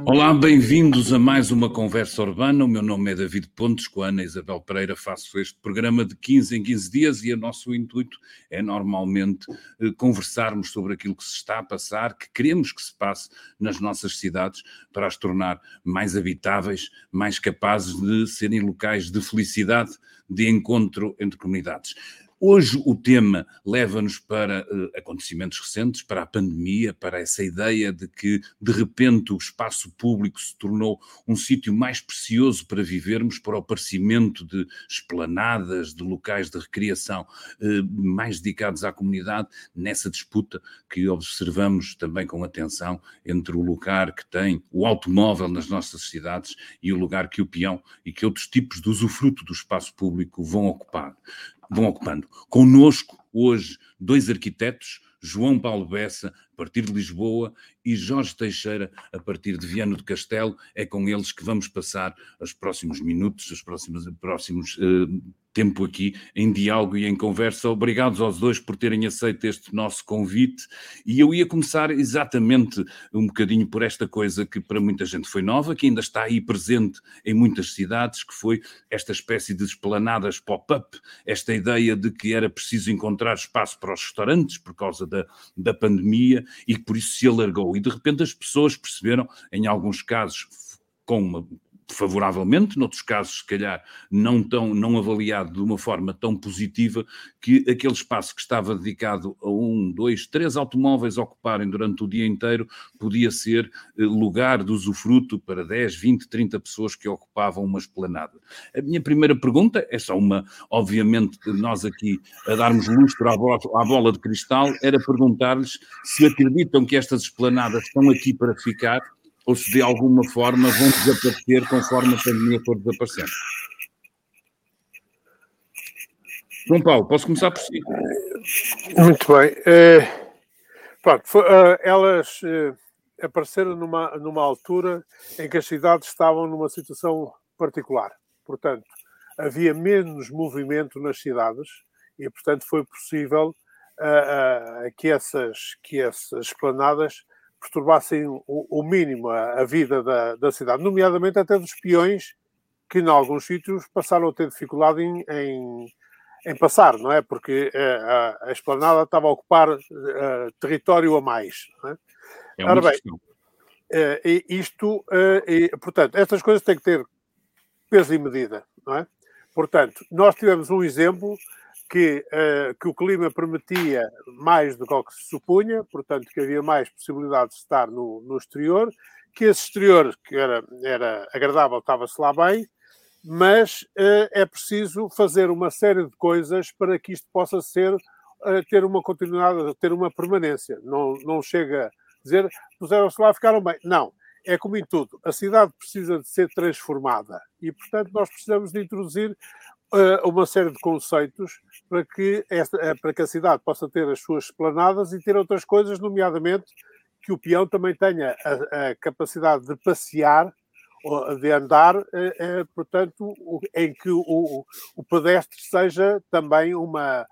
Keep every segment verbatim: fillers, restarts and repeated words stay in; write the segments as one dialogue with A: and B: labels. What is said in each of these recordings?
A: Olá, bem-vindos a mais uma Conversa Urbana. O meu nome é David Pontes, com a Ana Isabel Pereira faço este programa de quinze em quinze dias e o nosso intuito é normalmente eh, conversarmos sobre aquilo que se está a passar, que queremos que se passe nas nossas cidades para as tornar mais habitáveis, mais capazes de serem locais de felicidade, de encontro entre comunidades. Hoje o tema leva-nos para uh, acontecimentos recentes, para a pandemia, para essa ideia de que, de repente, o espaço público se tornou um sítio mais precioso para vivermos, para o aparecimento de esplanadas, de locais de recreação uh, mais dedicados à comunidade, nessa disputa que observamos também com atenção entre o lugar que tem o automóvel nas nossas cidades e o lugar que o peão e que outros tipos de usufruto do espaço público vão ocupar. vão ocupando. Connosco, hoje, dois arquitetos, João Paulo Bessa, a partir de Lisboa, e Jorge Teixeira, a partir de Viana do Castelo. É com eles que vamos passar os próximos minutos, os próximos, próximos uh, tempo aqui, em diálogo e em conversa. Obrigados aos dois por terem aceito este nosso convite. E eu ia começar exatamente um bocadinho por esta coisa que para muita gente foi nova, que ainda está aí presente em muitas cidades, que foi esta espécie de esplanadas pop-up, esta ideia de que era preciso encontrar espaço para os restaurantes por causa da, da pandemia e que por isso se alargou. E de repente as pessoas perceberam, em alguns casos com uma... favoravelmente, noutros casos, se calhar, não, tão, não avaliado de uma forma tão positiva, que aquele espaço que estava dedicado a um, dois, três automóveis ocuparem durante o dia inteiro, podia ser eh, lugar de usufruto para dez, vinte, trinta pessoas que ocupavam uma esplanada. A minha primeira pergunta é só uma, obviamente, nós aqui a darmos lustro à bola, à bola de cristal, era perguntar-lhes se acreditam que estas esplanadas estão aqui para ficar, ou se de alguma forma vão desaparecer conforme a pandemia for desaparecendo. João Paulo, posso começar por si?
B: Muito bem. É, pronto, foi, uh, elas uh, apareceram numa, numa altura em que as cidades estavam numa situação particular. Portanto, havia menos movimento nas cidades e, portanto, foi possível uh, uh, que, essas, que essas esplanadas perturbassem o, o mínimo a, a vida da, da cidade, nomeadamente até dos peões, que em alguns sítios passaram a ter dificuldade em, em, em passar, não é? Porque a, a esplanada estava a ocupar uh, território a mais. Não é?
A: É uma
B: Ora bem,
A: questão.
B: uh, isto, uh, e, portanto, estas coisas têm que ter peso e medida, não é? Portanto, nós tivemos um exemplo que, uh, que o clima permitia mais do que o que se supunha, portanto, que havia mais possibilidade de estar no, no exterior, que esse exterior, que era, era agradável, estava-se lá bem, mas uh, é preciso fazer uma série de coisas para que isto possa ser, uh, ter uma continuidade, ter uma permanência. Não, não chega a dizer, puseram-se lá, ficaram bem. Não. É como em tudo. A cidade precisa de ser transformada e, portanto, nós precisamos de introduzir uh, uma série de conceitos para que, esta, uh, para que a cidade possa ter as suas esplanadas e ter outras coisas, nomeadamente que o peão também tenha a, a capacidade de passear, de andar, uh, uh, portanto, o, em que o, o pedestre seja também uma...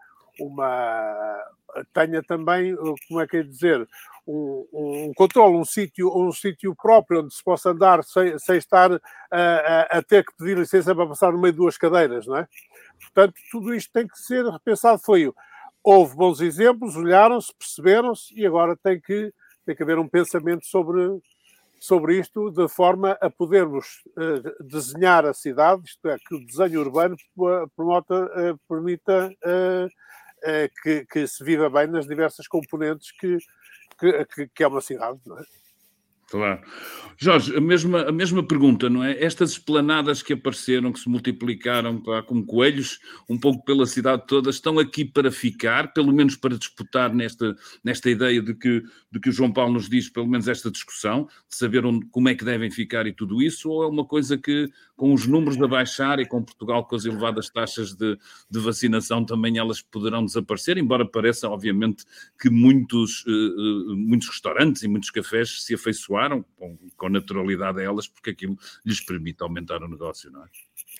B: uma tenha também, como é que é dizer, um, um controle, um sítio um sítio próprio onde se possa andar sem, sem estar a, a, a ter que pedir licença para passar no meio de duas cadeiras, não é? Portanto, tudo isto tem que ser repensado. Foi, houve bons exemplos, olharam-se, perceberam-se e agora tem que, tem que haver um pensamento sobre, sobre isto de forma a podermos uh, desenhar a cidade, isto é, que o desenho urbano promota, uh, permita uh, uh, que, que se viva bem nas diversas componentes que Que, que é uma cidade, não é?
A: Claro. Jorge, a mesma, a mesma pergunta, não é? Estas esplanadas que apareceram, que se multiplicaram pá, como coelhos, um pouco pela cidade toda, estão aqui para ficar, pelo menos para disputar nesta, nesta ideia de que, de que o João Paulo nos diz, pelo menos esta discussão, de saber onde, como é que devem ficar e tudo isso, ou é uma coisa que, com os números a baixar e com Portugal com as elevadas taxas de, de vacinação, também elas poderão desaparecer, embora pareça, obviamente, que muitos, uh, muitos restaurantes e muitos cafés se afeiçoaram com, com naturalidade a elas, porque aquilo lhes permite aumentar o negócio, não é?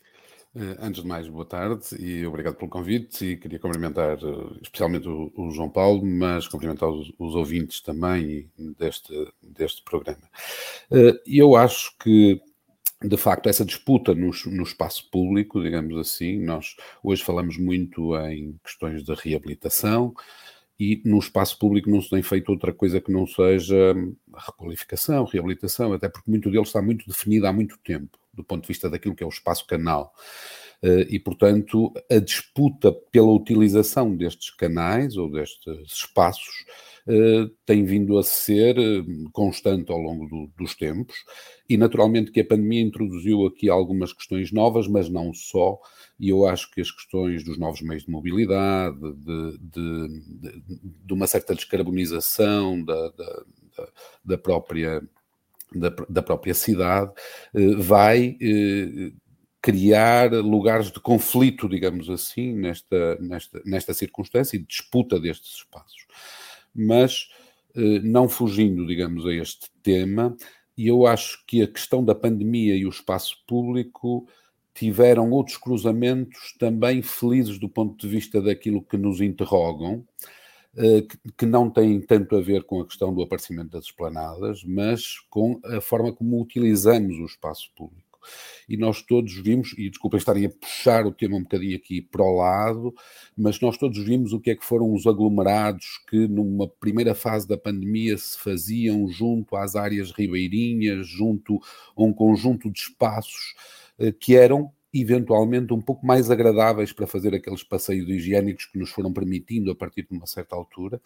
C: Antes de mais, boa tarde e obrigado pelo convite, e queria cumprimentar especialmente o, o João Paulo, mas cumprimentar os, os ouvintes também deste, deste programa. E eu acho que, de facto, essa disputa no, no espaço público, digamos assim, nós hoje falamos muito em questões de reabilitação, e no espaço público não se tem feito outra coisa que não seja a requalificação, reabilitação, até porque muito dele está muito definido há muito tempo, do ponto de vista daquilo que é o espaço canal. E, portanto, a disputa pela utilização destes canais ou destes espaços tem vindo a ser constante ao longo do, dos tempos, e naturalmente que a pandemia introduziu aqui algumas questões novas, mas não só, e eu acho que as questões dos novos meios de mobilidade, de, de, de, de uma certa descarbonização da, da, da, própria, da, da própria cidade, vai criar lugares de conflito, digamos assim, nesta, nesta, nesta circunstância e de disputa destes espaços. Mas, não fugindo, digamos, a este tema, eu acho que a questão da pandemia e o espaço público tiveram outros cruzamentos também felizes do ponto de vista daquilo que nos interrogam, que não têm tanto a ver com a questão do aparecimento das esplanadas, mas com a forma como utilizamos o espaço público. E nós todos vimos, e desculpem estarem a puxar o tema um bocadinho aqui para o lado, mas nós todos vimos o que é que foram os aglomerados que numa primeira fase da pandemia se faziam junto às áreas ribeirinhas, junto a um conjunto de espaços que eram eventualmente um pouco mais agradáveis para fazer aqueles passeios higiênicos que nos foram permitindo a partir de uma certa altura.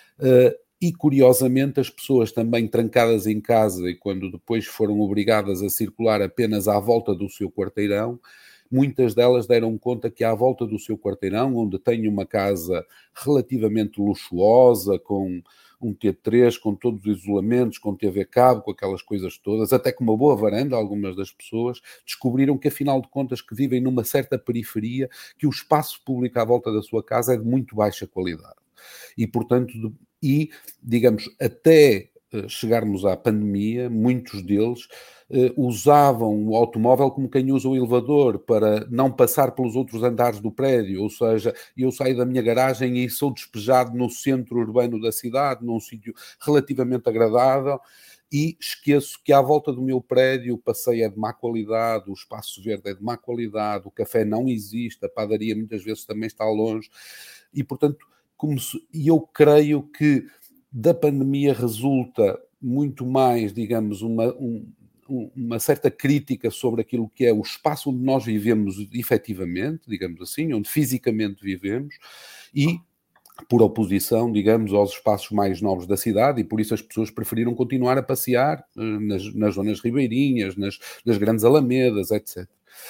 C: E, curiosamente, as pessoas também trancadas em casa e quando depois foram obrigadas a circular apenas à volta do seu quarteirão, muitas delas deram conta que à volta do seu quarteirão, onde tem uma casa relativamente luxuosa, com um T três, com todos os isolamentos, com T V cabo, com aquelas coisas todas, até com uma boa varanda, algumas das pessoas descobriram que, afinal de contas, que vivem numa certa periferia, que o espaço público à volta da sua casa é de muito baixa qualidade. E, portanto, e, digamos, até chegarmos à pandemia, muitos deles uh, usavam o automóvel como quem usa o elevador, para não passar pelos outros andares do prédio, ou seja, eu saio da minha garagem e sou despejado no centro urbano da cidade, num sítio relativamente agradável, e esqueço que à volta do meu prédio o passeio é de má qualidade, o espaço verde é de má qualidade, o café não existe, a padaria muitas vezes também está longe, e, portanto, como se, e eu creio que da pandemia resulta muito mais, digamos, uma, um, uma certa crítica sobre aquilo que é o espaço onde nós vivemos efetivamente, digamos assim, onde fisicamente vivemos, e por oposição, digamos, aos espaços mais novos da cidade, e por isso as pessoas preferiram continuar a passear nas, nas zonas ribeirinhas, nas, nas grandes alamedas, etcétera.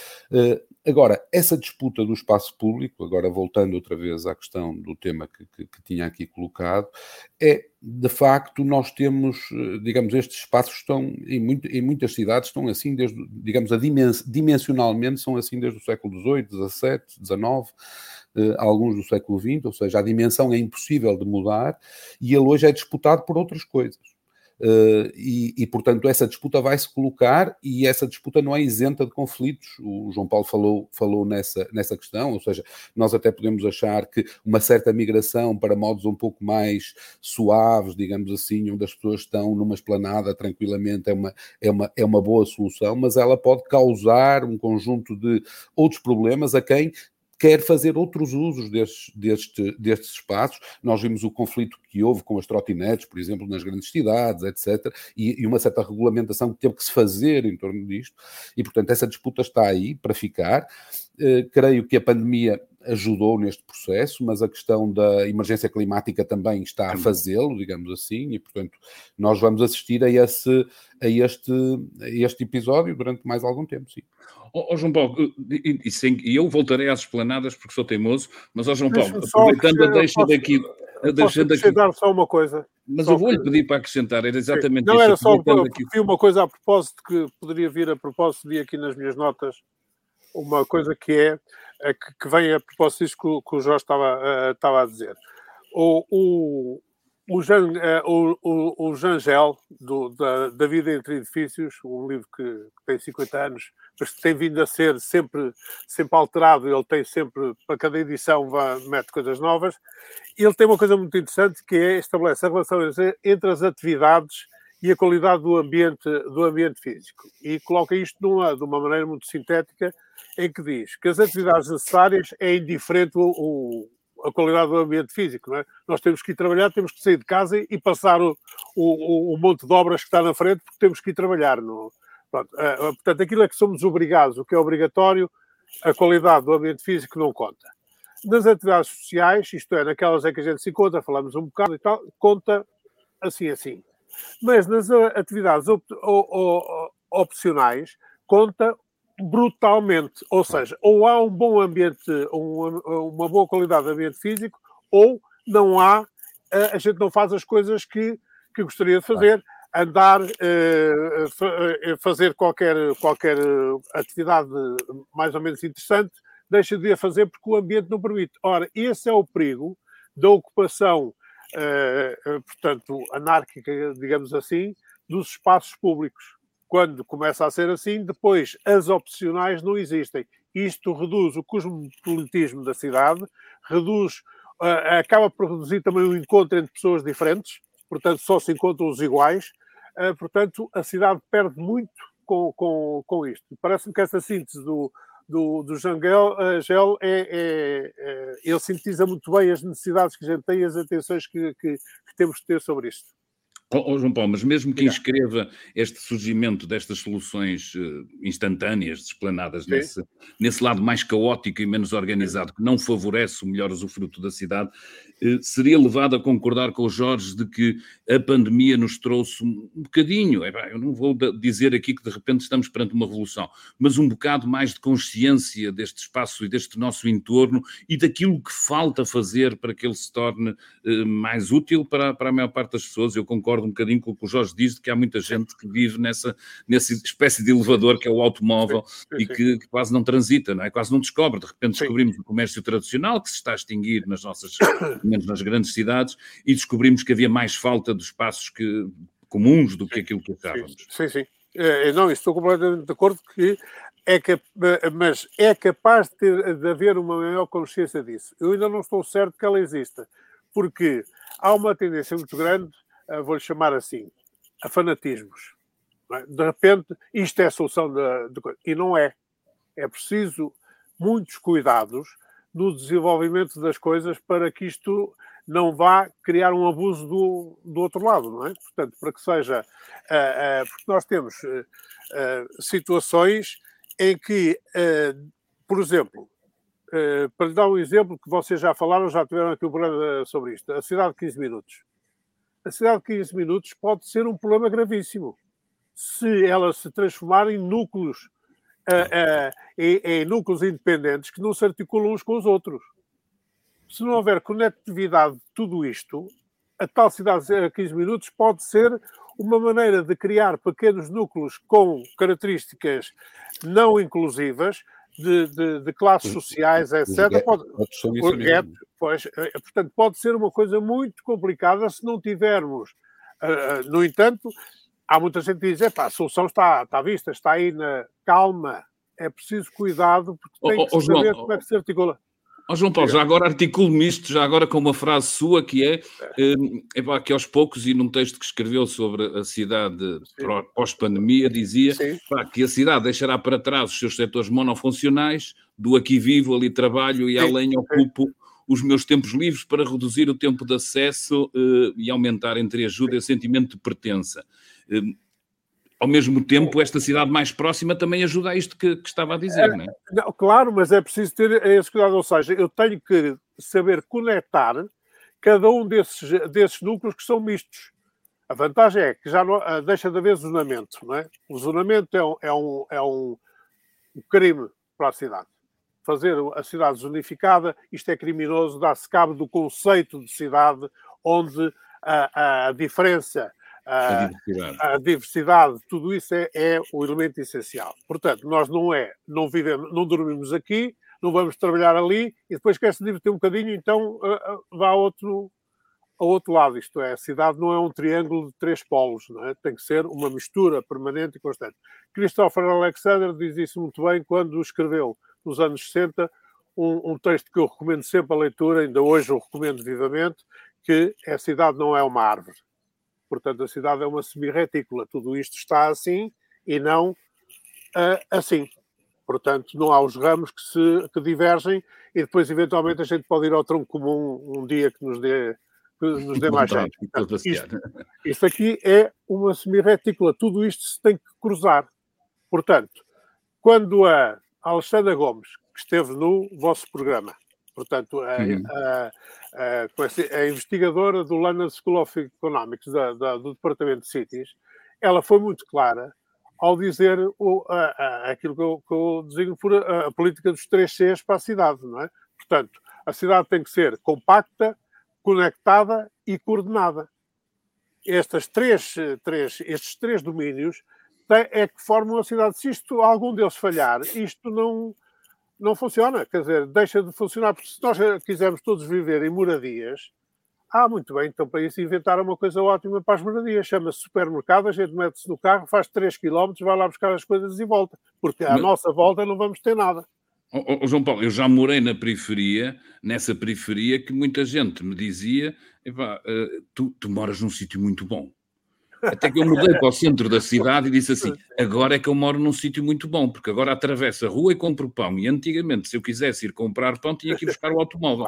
C: Uh, agora, essa disputa do espaço público, agora voltando outra vez à questão do tema que, que, que tinha aqui colocado, é, de facto, nós temos, digamos, estes espaços estão, em, muito, em muitas cidades, estão assim, desde, digamos, a dimens, dimensionalmente, são assim desde o século dezoito, dezassete, dezanove, uh, alguns do século vinte, ou seja, a dimensão é impossível de mudar, e ele hoje é disputado por outras coisas. Uh, e, e, portanto, essa disputa vai-se colocar, e essa disputa não é isenta de conflitos. O João Paulo falou, falou nessa, nessa questão, ou seja, nós até podemos achar que uma certa migração para modos um pouco mais suaves, digamos assim, onde as pessoas estão numa esplanada tranquilamente, é uma, é uma, é uma boa solução, mas ela pode causar um conjunto de outros problemas a quem quer fazer outros usos destes, deste, destes espaços. Nós vimos o conflito que houve com as trotinetes, por exemplo, nas grandes cidades, etcétera, e, e uma certa regulamentação que teve que se fazer em torno disto, e, portanto, essa disputa está aí para ficar. Uh, creio que a pandemia ajudou neste processo, mas a questão da emergência climática também está a fazê-lo, digamos assim, e, portanto, nós vamos assistir a, esse, a, este, a este episódio durante mais algum tempo, sim.
A: Ó oh, oh, João Paulo, e, e, e eu voltarei às esplanadas porque sou teimoso, mas ó oh, João Paulo, aproveitando a deixa daqui...
B: Eu posso acrescentar daqui, só uma coisa.
A: Mas
B: só
A: eu vou-lhe
B: que...
A: pedir para acrescentar, era exatamente
B: Não,
A: isso.
B: Não, era só
A: aqui...
B: vi uma coisa a propósito, que poderia vir a propósito, vi aqui nas minhas notas, uma coisa que é, é que, que vem a propósito disso que, que o Jorge estava, uh, estava a dizer. O, o, o, Jean, o, o, o Jean Gell, do, da, da Vida entre Edifícios, um livro que, que tem cinquenta anos, mas que tem vindo a ser sempre, sempre alterado, ele tem sempre, para cada edição, vai, mete coisas novas. Ele tem uma coisa muito interessante, que é estabelece a relação entre as atividades e a qualidade do ambiente, do ambiente físico. E coloca isto numa, de uma maneira muito sintética, em que diz que as atividades necessárias é indiferente o, o a qualidade do ambiente físico, não é? Nós temos que ir trabalhar, temos que sair de casa e passar o, o, o monte de obras que está na frente, porque temos que ir trabalhar. No... Pronto, uh, portanto, aquilo é que somos obrigados, o que é obrigatório, a qualidade do ambiente físico não conta. Nas atividades sociais, isto é, naquelas em que a gente se encontra, falamos um bocado e tal, conta assim, assim. Mas nas atividades op op opcionais, conta brutalmente, ou seja, ou há um bom ambiente, uma, uma boa qualidade de ambiente físico, ou não há, a gente não faz as coisas que, que gostaria de fazer, andar, fazer qualquer, qualquer atividade mais ou menos interessante, deixa de a fazer porque o ambiente não permite. Ora, esse é o perigo da ocupação, portanto, anárquica, digamos assim, dos espaços públicos. Quando começa a ser assim, depois as opcionais não existem. Isto reduz o cosmopolitismo da cidade, reduz, uh, acaba por reduzir também o encontro entre pessoas diferentes, portanto só se encontram os iguais, uh, portanto a cidade perde muito com, com, com isto. Parece-me que essa síntese do, do, do Jean Gell é, é, é, ele sintetiza muito bem as necessidades que a gente tem e as atenções que, que, que temos de ter sobre isto.
A: Oh, oh, João Paulo, mas mesmo que inscreva este surgimento destas soluções uh, instantâneas, desplanadas nesse, nesse lado mais caótico e menos organizado, que não favorece o melhor usufruto da cidade, uh, seria levado a concordar com o Jorge de que a pandemia nos trouxe um, um bocadinho, é, bem, eu não vou dizer aqui que de repente estamos perante uma revolução, mas um bocado mais de consciência deste espaço e deste nosso entorno e daquilo que falta fazer para que ele se torne uh, mais útil para, para a maior parte das pessoas. Eu concordo um bocadinho com o que o Jorge diz, de que há muita gente que vive nessa, nessa espécie de elevador que é o automóvel sim, sim, e que, que quase não transita, não é? Quase não descobre. De repente descobrimos sim. o comércio tradicional que se está a extinguir nas nossas, menos nas grandes cidades, e descobrimos que havia mais falta de espaços que, comuns do que aquilo que achávamos.
B: Sim, sim. É, não, estou completamente de acordo que é cap... mas é capaz de, ter, de haver uma maior consciência disso. Eu ainda não estou certo que ela exista, porque há uma tendência muito grande, vou-lhe chamar assim, a fanatismos. É? De repente, isto é a solução da de coisa. E não é. É preciso muitos cuidados no desenvolvimento das coisas para que isto não vá criar um abuso do, do outro lado, não é? Portanto, para que seja... Uh, uh, porque nós temos uh, uh, situações em que, uh, por exemplo, uh, para lhe dar um exemplo que vocês já falaram, já tiveram aqui um programa sobre isto, a cidade de quinze minutos. A cidade de quinze minutos pode ser um problema gravíssimo se ela se transformar em núcleos, uh, uh, em, em núcleos independentes que não se articulam uns com os outros. Se não houver conectividade de tudo isto, a tal cidade de quinze minutos pode ser uma maneira de criar pequenos núcleos com características não inclusivas, de, de, de classes sociais, etcétera. Pode, pois, portanto, pode ser uma coisa muito complicada se não tivermos. Uh, no entanto, há muita gente que diz, epá, a solução está, está à vista, está aí na calma. É preciso cuidado, porque tem oh, que oh, saber João, como é que se articula.
A: Ó oh, João Paulo, já agora articulo-me isto, já agora com uma frase sua, que é, é pá, que aos poucos, e num texto que escreveu sobre a cidade pós-pandemia, dizia pá, que a cidade deixará para trás os seus setores monofuncionais, do aqui vivo, ali trabalho e sim, além ocupo sim. os meus tempos livres para reduzir o tempo de acesso uh, e aumentar entre ajuda e o sentimento de pertença. Uh, Ao mesmo tempo, esta cidade mais próxima também ajuda a isto que, que estava a dizer, não é?
B: Não, claro, mas é preciso ter esse cuidado. Ou seja, eu tenho que saber conectar cada um desses, desses núcleos que são mistos. A vantagem é que já não, deixa de haver zonamento, não é? O zonamento é um, é um, é um crime para a cidade. Fazer a cidade zonificada, isto é criminoso, dá-se cabo do conceito de cidade, onde a, a diferença... A diversidade. a diversidade, tudo isso é, é o elemento essencial. Portanto, nós não é, não vivemos, não dormimos aqui, não vamos trabalhar ali e depois quer se divertir um bocadinho, então uh, uh, vá a outro, ao outro lado, isto é, a cidade não é um triângulo de três polos, não é? Tem que ser uma mistura permanente e constante. Christopher Alexander diz isso muito bem quando escreveu, nos anos sessenta, um, um texto que eu recomendo sempre a leitura, ainda hoje o recomendo vivamente, que a cidade não é uma árvore. Portanto, a cidade é uma semi-retícula. Tudo isto está assim e não uh, assim. Portanto, não há os ramos que, se, que divergem e depois, eventualmente, a gente pode ir ao tronco comum um dia que nos dê, que nos dê mais jeito. Portanto, isto, isto aqui é uma semi-retícula. Tudo isto se tem que cruzar. Portanto, quando a Alexandra Gomes, que esteve no vosso programa, portanto, a, uhum. a, a, a investigadora do London School of Economics, da, da, do Departamento de Cities, ela foi muito clara ao dizer o, a, a, aquilo que eu, que eu designo por a, a política dos três Cs para a cidade, não é? Portanto, a cidade tem que ser compacta, conectada e coordenada. Estas três, três, estes três domínios é que formam a cidade. Se isto, algum deles falhar, isto não, não funciona. Quer dizer, deixa de funcionar, porque se nós quisermos todos viver em moradias, ah, muito bem, então para isso inventaram uma coisa ótima para as moradias. Chama-se supermercado, a gente mete-se no carro, faz três quilómetros, vai lá buscar as coisas e volta. Porque à Mas... nossa volta não vamos ter nada.
A: Oh, oh, João Paulo, eu já morei na periferia, nessa periferia que muita gente me dizia, epá, uh, tu, tu moras num sítio muito bom. Até que eu mudei para o centro da cidade e disse assim, agora é que eu moro num sítio muito bom, porque agora atravesso a rua e compro pão. E antigamente, se eu quisesse ir comprar pão, tinha que ir buscar o automóvel.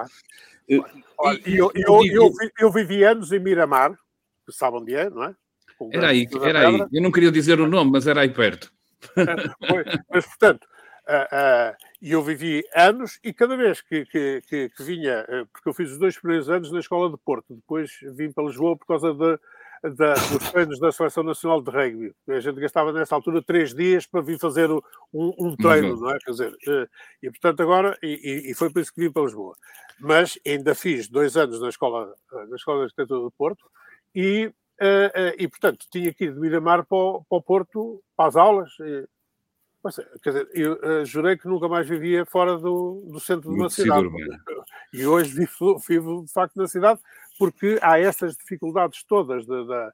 B: Olha, e, eu, eu, eu, eu, eu vivi anos em Miramar, que sabe onde é, não é?
A: Era aí, era aí. Eu não queria dizer o nome, mas era aí perto.
B: Foi, mas, portanto, uh, uh, eu vivi anos e cada vez que, que, que, que vinha, uh, porque eu fiz os dois primeiros anos na Escola de Porto, depois vim para Lisboa por causa de Da, dos treinos da Seleção Nacional de Rugby. A gente gastava nessa altura três dias para vir fazer um, um treino, uhum. não é? Quer dizer, e portanto agora, e, e foi por isso que vim para Lisboa. Mas ainda fiz dois anos na Escola, na escola de Arquitetura do Porto e, e portanto, tinha que ir de Miramar para o, para o Porto, para as aulas. E, quer dizer, eu uh, jurei que nunca mais vivia fora do, do centro de uma cidade. E hoje vivo, vivo, de facto, na cidade, porque há essas dificuldades todas. De, de,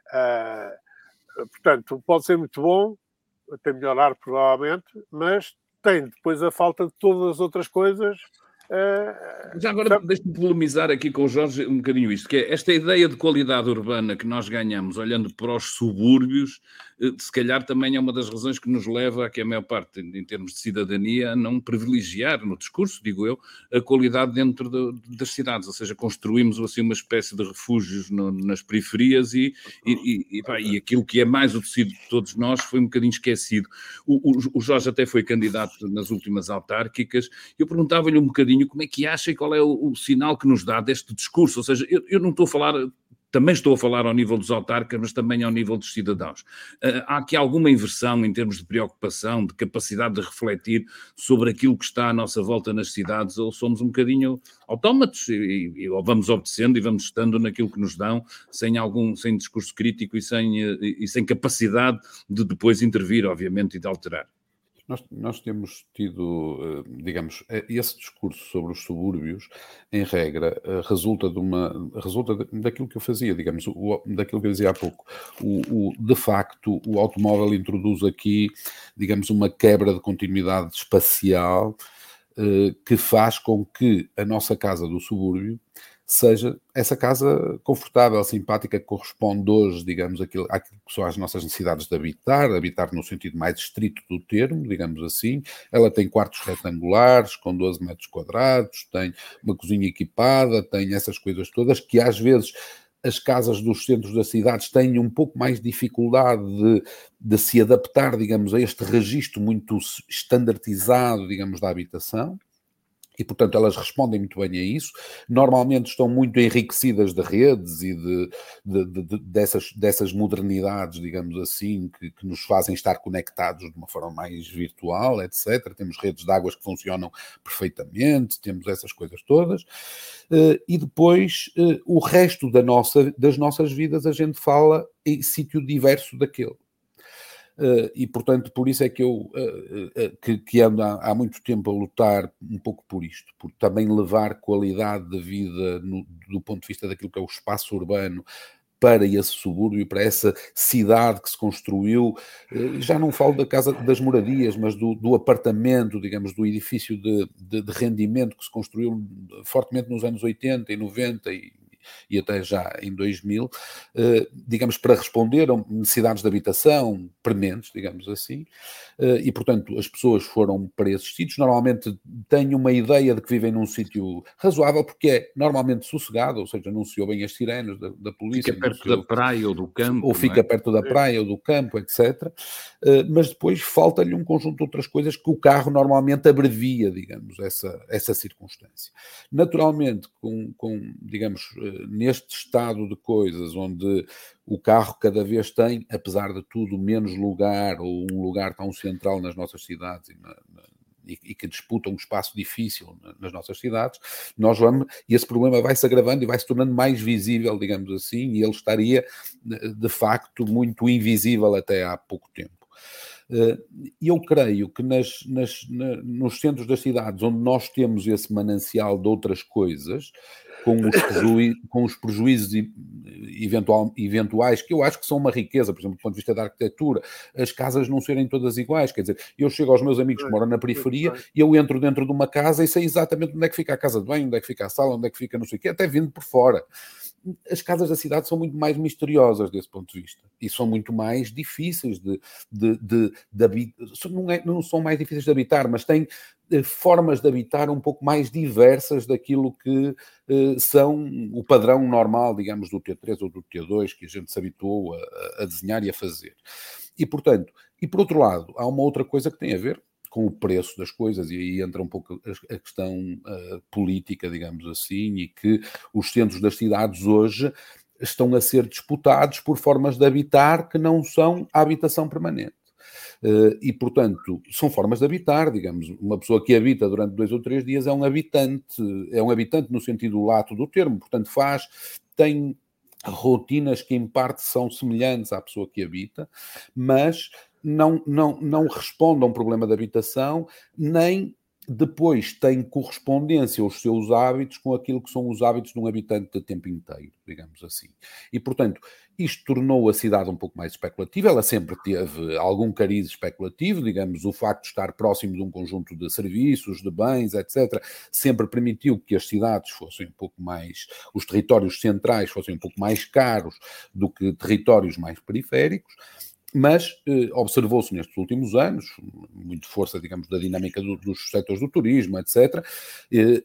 B: uh, portanto, pode ser muito bom, até melhorar provavelmente, mas tem depois a falta de todas as outras coisas. Uh,
A: Já agora sabe? Deixe-me polemizar aqui com o Jorge um bocadinho isto, que é esta ideia de qualidade urbana que nós ganhamos olhando para os subúrbios, se calhar também é uma das razões que nos leva a que a maior parte, em termos de cidadania, a não privilegiar no discurso, digo eu, a qualidade dentro de, das cidades, ou seja, construímos assim uma espécie de refúgios no, nas periferias e, e, e, pá, e aquilo que é mais o tecido de todos nós foi um bocadinho esquecido. O, o, o Jorge até foi candidato nas últimas autárquicas, eu perguntava-lhe um bocadinho como é que acha e qual é o, o sinal que nos dá deste discurso, ou seja, eu, eu não estou a falar... Também estou a falar ao nível dos autarcas, mas também ao nível dos cidadãos. Uh, há aqui alguma inversão em termos de preocupação, de capacidade de refletir sobre aquilo que está à nossa volta nas cidades, ou somos um bocadinho autómatos e, e ou vamos obedecendo e vamos estando naquilo que nos dão, sem algum, sem discurso crítico e sem, e, e sem capacidade de depois intervir, obviamente, e de alterar?
C: Nós, nós temos tido, digamos, esse discurso sobre os subúrbios, em regra, resulta de uma, resulta daquilo que eu fazia, digamos, o, daquilo que eu dizia há pouco. O, o, de facto, o automóvel introduz aqui, digamos, uma quebra de continuidade espacial eh, que faz com que a nossa casa do subúrbio seja essa casa confortável, simpática, que corresponde hoje, digamos, àquilo, àquilo que são as nossas necessidades de habitar, habitar no sentido mais estrito do termo, digamos assim. Ela tem quartos retangulares, com doze metros quadrados, tem uma cozinha equipada, tem essas coisas todas, que às vezes as casas dos centros das cidades têm um pouco mais de dificuldade de, de se adaptar, digamos, a este registro muito estandartizado, digamos, da habitação. E, portanto, elas respondem muito bem a isso. Normalmente estão muito enriquecidas de redes e de, de, de, de, dessas, dessas modernidades, digamos assim, que, que nos fazem estar conectados de uma forma mais virtual, etcétera. Temos redes de águas que funcionam perfeitamente, temos essas coisas todas. E depois, o resto da nossa, das nossas vidas, a gente fala em sítio diverso daquele. Uh, e, portanto, por isso é que eu uh, uh, que, que ando há, há muito tempo a lutar um pouco por isto, por também levar qualidade de vida no, do ponto de vista daquilo que é o espaço urbano para esse subúrbio, para essa cidade que se construiu, uh, já não falo da casa das moradias, mas do, do apartamento, digamos, do edifício de, de, de rendimento que se construiu fortemente nos anos oitenta e noventa e e até já em dois mil, eh, digamos, para responder a necessidades de habitação prementes, digamos assim, eh, e, portanto, as pessoas foram para esses sítios, normalmente têm uma ideia de que vivem num sítio razoável, porque é normalmente sossegado, ou seja, não se ouvem as sirenes da, da polícia.
A: Fica perto da praia ou do campo.
C: Ou fica
A: é?
C: perto da praia ou do campo, etcétera. Eh, mas depois falta-lhe um conjunto de outras coisas que o carro normalmente abrevia, digamos, essa, essa circunstância. Naturalmente, com, com digamos, neste estado de coisas, onde o carro cada vez tem, apesar de tudo, menos lugar, ou um lugar tão central nas nossas cidades e, na, na, e, e que disputa um espaço difícil nas nossas cidades, nós vamos, e esse problema vai se agravando e vai se tornando mais visível, digamos assim, e ele estaria, de facto, muito invisível até há pouco tempo. E eu creio que nas, nas, na, nos centros das cidades, onde nós temos esse manancial de outras coisas, com os, prejuí- com os prejuízos eventual, eventuais, que eu acho que são uma riqueza, por exemplo, do ponto de vista da arquitetura, as casas não serem todas iguais, quer dizer, eu chego aos meus amigos que moram na periferia e eu entro dentro de uma casa e sei exatamente onde é que fica a casa de banho, onde é que fica a sala, onde é que fica não sei o quê, até vindo por fora. As casas da cidade são muito mais misteriosas desse ponto de vista e são muito mais difíceis de, de, de, de habitar, não, é, não são mais difíceis de habitar, mas têm eh, formas de habitar um pouco mais diversas daquilo que eh, são o padrão normal, digamos, do T três ou do T dois, que a gente se habituou a, a desenhar e a fazer. E, portanto, e por outro lado, há uma outra coisa que tem a ver com o preço das coisas, e aí entra um pouco a questão uh, política, digamos assim, e que os centros das cidades hoje estão a ser disputados por formas de habitar que não são a habitação permanente. Uh, e, portanto, são formas de habitar, digamos, uma pessoa que habita durante dois ou três dias é um habitante, é um habitante no sentido lato do termo, portanto faz, tem rotinas que em parte são semelhantes à pessoa que habita, mas não, não, não responde a um problema de habitação, nem depois tem correspondência aos seus hábitos com aquilo que são os hábitos de um habitante de tempo inteiro, digamos assim. E, portanto, isto tornou a cidade um pouco mais especulativa, ela sempre teve algum cariz especulativo, digamos, o facto de estar próximo de um conjunto de serviços, de bens, etcétera, sempre permitiu que as cidades fossem um pouco mais, os territórios centrais fossem um pouco mais caros do que territórios mais periféricos. Mas eh, observou-se nestes últimos anos, muito força, digamos, da dinâmica do, dos setores do turismo, etcétera, eh,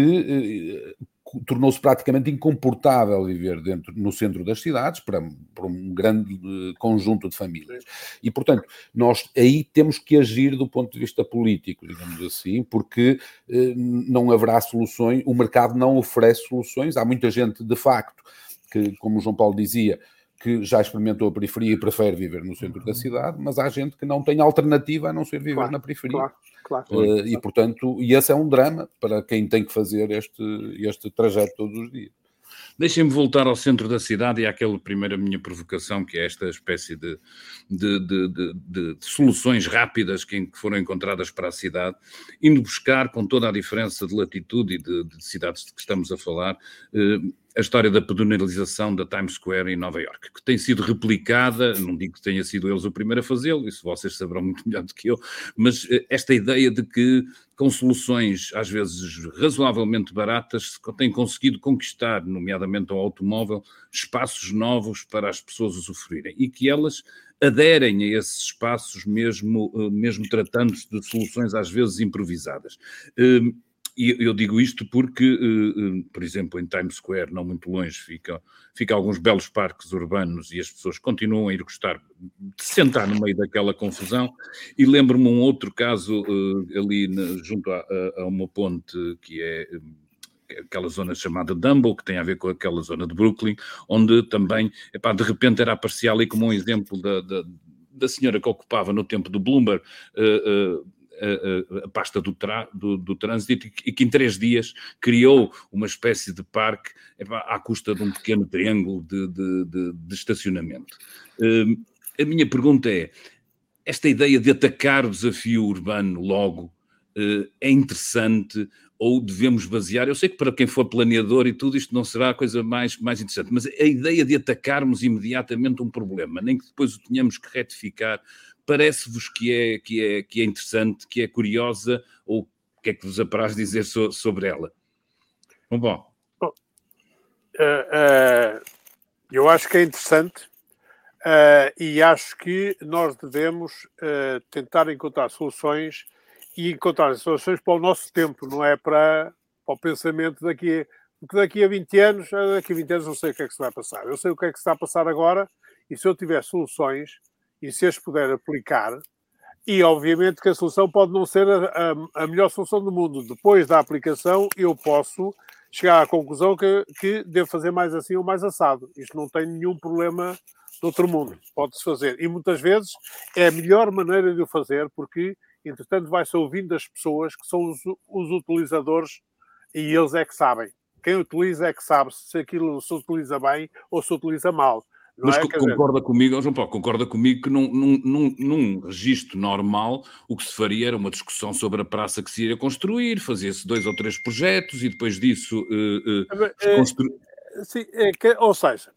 C: que eh, tornou-se praticamente incomportável viver dentro, no centro das cidades para, para um grande eh, conjunto de famílias. E, portanto, nós aí temos que agir do ponto de vista político, digamos assim, porque eh, não haverá soluções, o mercado não oferece soluções. Há muita gente, de facto, que, como o João Paulo dizia, que já experimentou a periferia e prefere viver no centro da cidade, mas há gente que não tem alternativa a não ser viver claro, na periferia. Claro, claro, uh, claro. E, portanto, e esse é um drama para quem tem que fazer este, este trajeto todos os dias.
A: Deixem-me voltar ao centro da cidade e àquela primeira minha provocação, que é esta espécie de, de, de, de, de, de soluções rápidas que foram encontradas para a cidade, indo buscar, com toda a diferença de latitude e de, de cidades de que estamos a falar, eh, a história da pedonalização da Times Square em Nova Iorque, que tem sido replicada, não digo que tenha sido eles o primeiro a fazê-lo, isso vocês saberão muito melhor do que eu, mas esta ideia de que com soluções às vezes razoavelmente baratas se tem conseguido conquistar, nomeadamente ao automóvel, espaços novos para as pessoas usufruírem e que elas aderem a esses espaços mesmo, mesmo tratando-se de soluções às vezes improvisadas. E eu digo isto porque, por exemplo, em Times Square, não muito longe, fica, fica alguns belos parques urbanos e as pessoas continuam a ir gostar de sentar no meio daquela confusão. E lembro-me um outro caso ali junto a, a uma ponte que é aquela zona chamada Dumbo, que tem a ver com aquela zona de Brooklyn, onde também, epá, de repente era aparecer ali como um exemplo da, da, da senhora que ocupava no tempo do Bloomberg, uh, uh, A, a, a pasta do, tra, do, do trânsito e que em três dias criou uma espécie de parque epá, à custa de um pequeno triângulo de, de, de, de estacionamento. Uh, a minha pergunta é, esta ideia de atacar o desafio urbano logo é interessante ou devemos basear? Eu sei que para quem for planeador e tudo isto não será a coisa mais, mais interessante, mas a ideia de atacarmos imediatamente um problema, nem que depois o tenhamos que retificar, parece-vos que é, que, é, que é interessante, que é curiosa, ou o que é que vos apraz dizer so, sobre ela? Bom, bom.
B: bom uh, uh, eu acho que é interessante uh, e acho que nós devemos uh, tentar encontrar soluções e encontrar soluções para o nosso tempo, não é para, para o pensamento daqui, porque daqui a vinte anos, daqui a vinte anos não sei o que é que se vai passar. Eu sei o que é que se está a passar agora e se eu tiver soluções e se as puder aplicar, e obviamente que a solução pode não ser a, a, a melhor solução do mundo. Depois da aplicação eu posso chegar à conclusão que, que devo fazer mais assim ou mais assado. Isto não tem nenhum problema de outro mundo. Pode-se fazer. E muitas vezes é a melhor maneira de o fazer porque entretanto, vai-se ouvindo das pessoas que são os, os utilizadores e eles é que sabem. Quem utiliza é que sabe se aquilo se utiliza bem ou se utiliza mal. Não
A: Mas
B: é?
A: concorda dizer... comigo, João Paulo, concorda comigo que num, num, num, num registro normal o que se faria era uma discussão sobre a praça que se iria construir, fazia-se dois ou três projetos e depois disso uh, uh,
B: é,
A: construir...
B: Sim, é que, ou seja,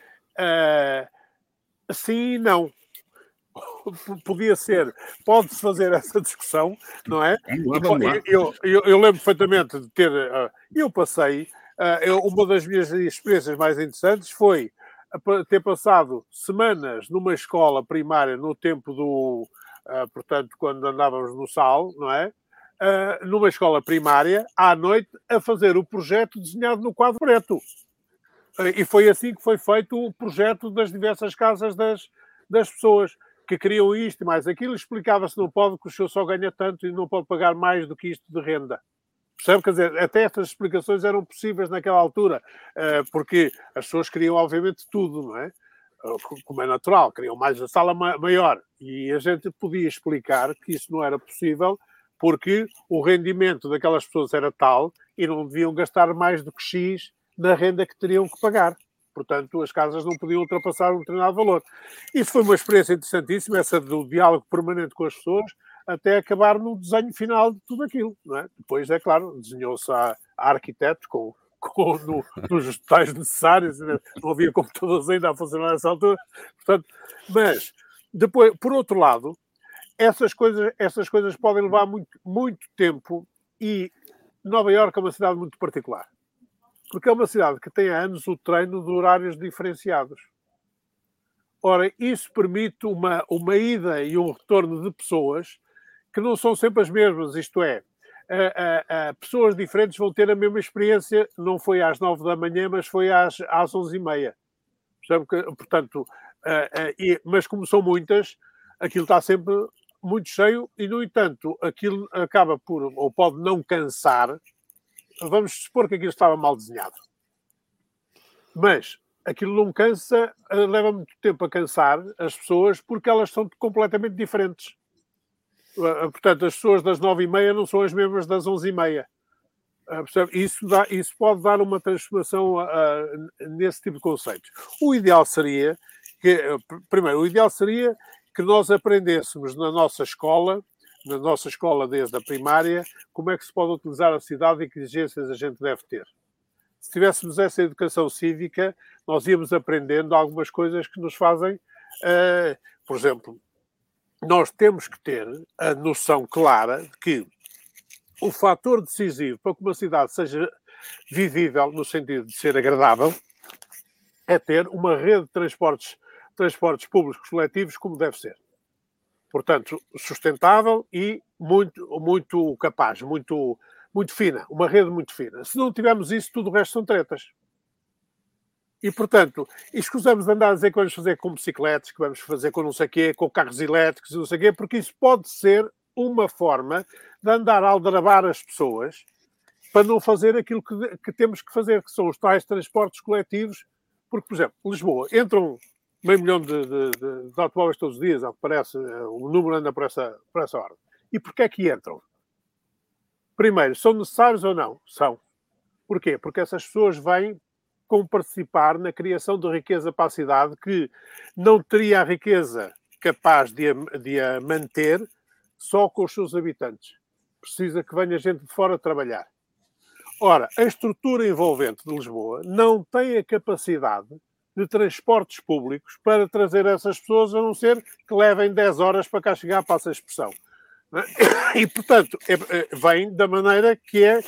B: uh, sim e não. Podia ser, pode-se fazer essa discussão, não é?
A: Vamos lá, vamos lá.
B: Eu, eu, eu lembro perfeitamente de ter, uh, eu passei, uh, eu, uma das minhas experiências mais interessantes foi ter passado semanas numa escola primária no tempo do, uh, portanto, quando andávamos no Sal, não é? Uh, numa escola primária, à noite, a fazer o projeto desenhado no quadro preto. Uh, e foi assim que foi feito o projeto das diversas casas das, das pessoas que queriam isto e mais aquilo, explicava-se não pode, que o senhor só ganha tanto e não pode pagar mais do que isto de renda. Percebe? Quer dizer, até estas explicações eram possíveis naquela altura, porque as pessoas queriam, obviamente, tudo, não é? Como é natural, queriam mais a sala maior. E a gente podia explicar que isso não era possível, porque o rendimento daquelas pessoas era tal e não deviam gastar mais do que X na renda que teriam que pagar. Portanto, as casas não podiam ultrapassar um determinado valor. Isso foi uma experiência interessantíssima, essa do diálogo permanente com as pessoas, até acabar no desenho final de tudo aquilo. Não é? Depois, é claro, desenhou-se a, a arquitetos com, com, no, nos detalhes necessários, não havia computadores ainda a funcionar nessa altura. Portanto, mas, depois, por outro lado, essas coisas, essas coisas podem levar muito, muito tempo e Nova Iorque é uma cidade muito particular. Porque é uma cidade que tem há anos o treino de horários diferenciados. Ora, isso permite uma, uma ida e um retorno de pessoas que não são sempre as mesmas, isto é, a, a, a, pessoas diferentes vão ter a mesma experiência, não foi às nove da manhã, mas foi às, às onze e meia. Portanto, a, a, e, mas como são muitas, aquilo está sempre muito cheio e, no entanto, aquilo acaba por, ou pode não cansar. Vamos supor que aquilo estava mal desenhado. Mas aquilo não cansa, leva muito tempo a cansar as pessoas porque elas são completamente diferentes. Portanto, as pessoas das nove e meia não são as mesmas das onze e meia. Isso, dá, isso pode dar uma transformação uh, nesse tipo de conceitos. O ideal seria que, primeiro, o ideal seria que nós aprendêssemos na nossa escola, na nossa escola desde a primária, como é que se pode utilizar a cidade e que exigências a gente deve ter. Se tivéssemos essa educação cívica, nós íamos aprendendo algumas coisas que nos fazem, uh, por exemplo, nós temos que ter a noção clara de que o fator decisivo para que uma cidade seja vivível, no sentido de ser agradável, é ter uma rede de transportes, transportes públicos coletivos como deve ser. Portanto, sustentável e muito, muito capaz, muito, muito fina, uma rede muito fina. Se não tivermos isso, tudo o resto são tretas. E, portanto, escusamos de andar a dizer que vamos fazer com bicicletas, que vamos fazer com não sei o quê, com carros elétricos e não sei o quê, porque isso pode ser uma forma de andar a aldrabar as pessoas para não fazer aquilo que, que temos que fazer, que são os tais transportes coletivos. Porque, por exemplo, Lisboa, entram meio milhão de, de, de, de automóveis todos os dias, ao que parece, o número anda por essa, por essa ordem. E porquê é que entram? Primeiro, são necessários ou não? São. Porquê? Porque essas pessoas vêm com participar na criação de riqueza para a cidade, que não teria a riqueza capaz de a, de a manter só com os seus habitantes. Precisa que venha gente de fora trabalhar. Ora, a estrutura envolvente de Lisboa não tem a capacidade de transportes públicos para trazer essas pessoas, a não ser que levem dez horas para cá chegar, passa a expressão. E, portanto, é, é, vem da maneira que é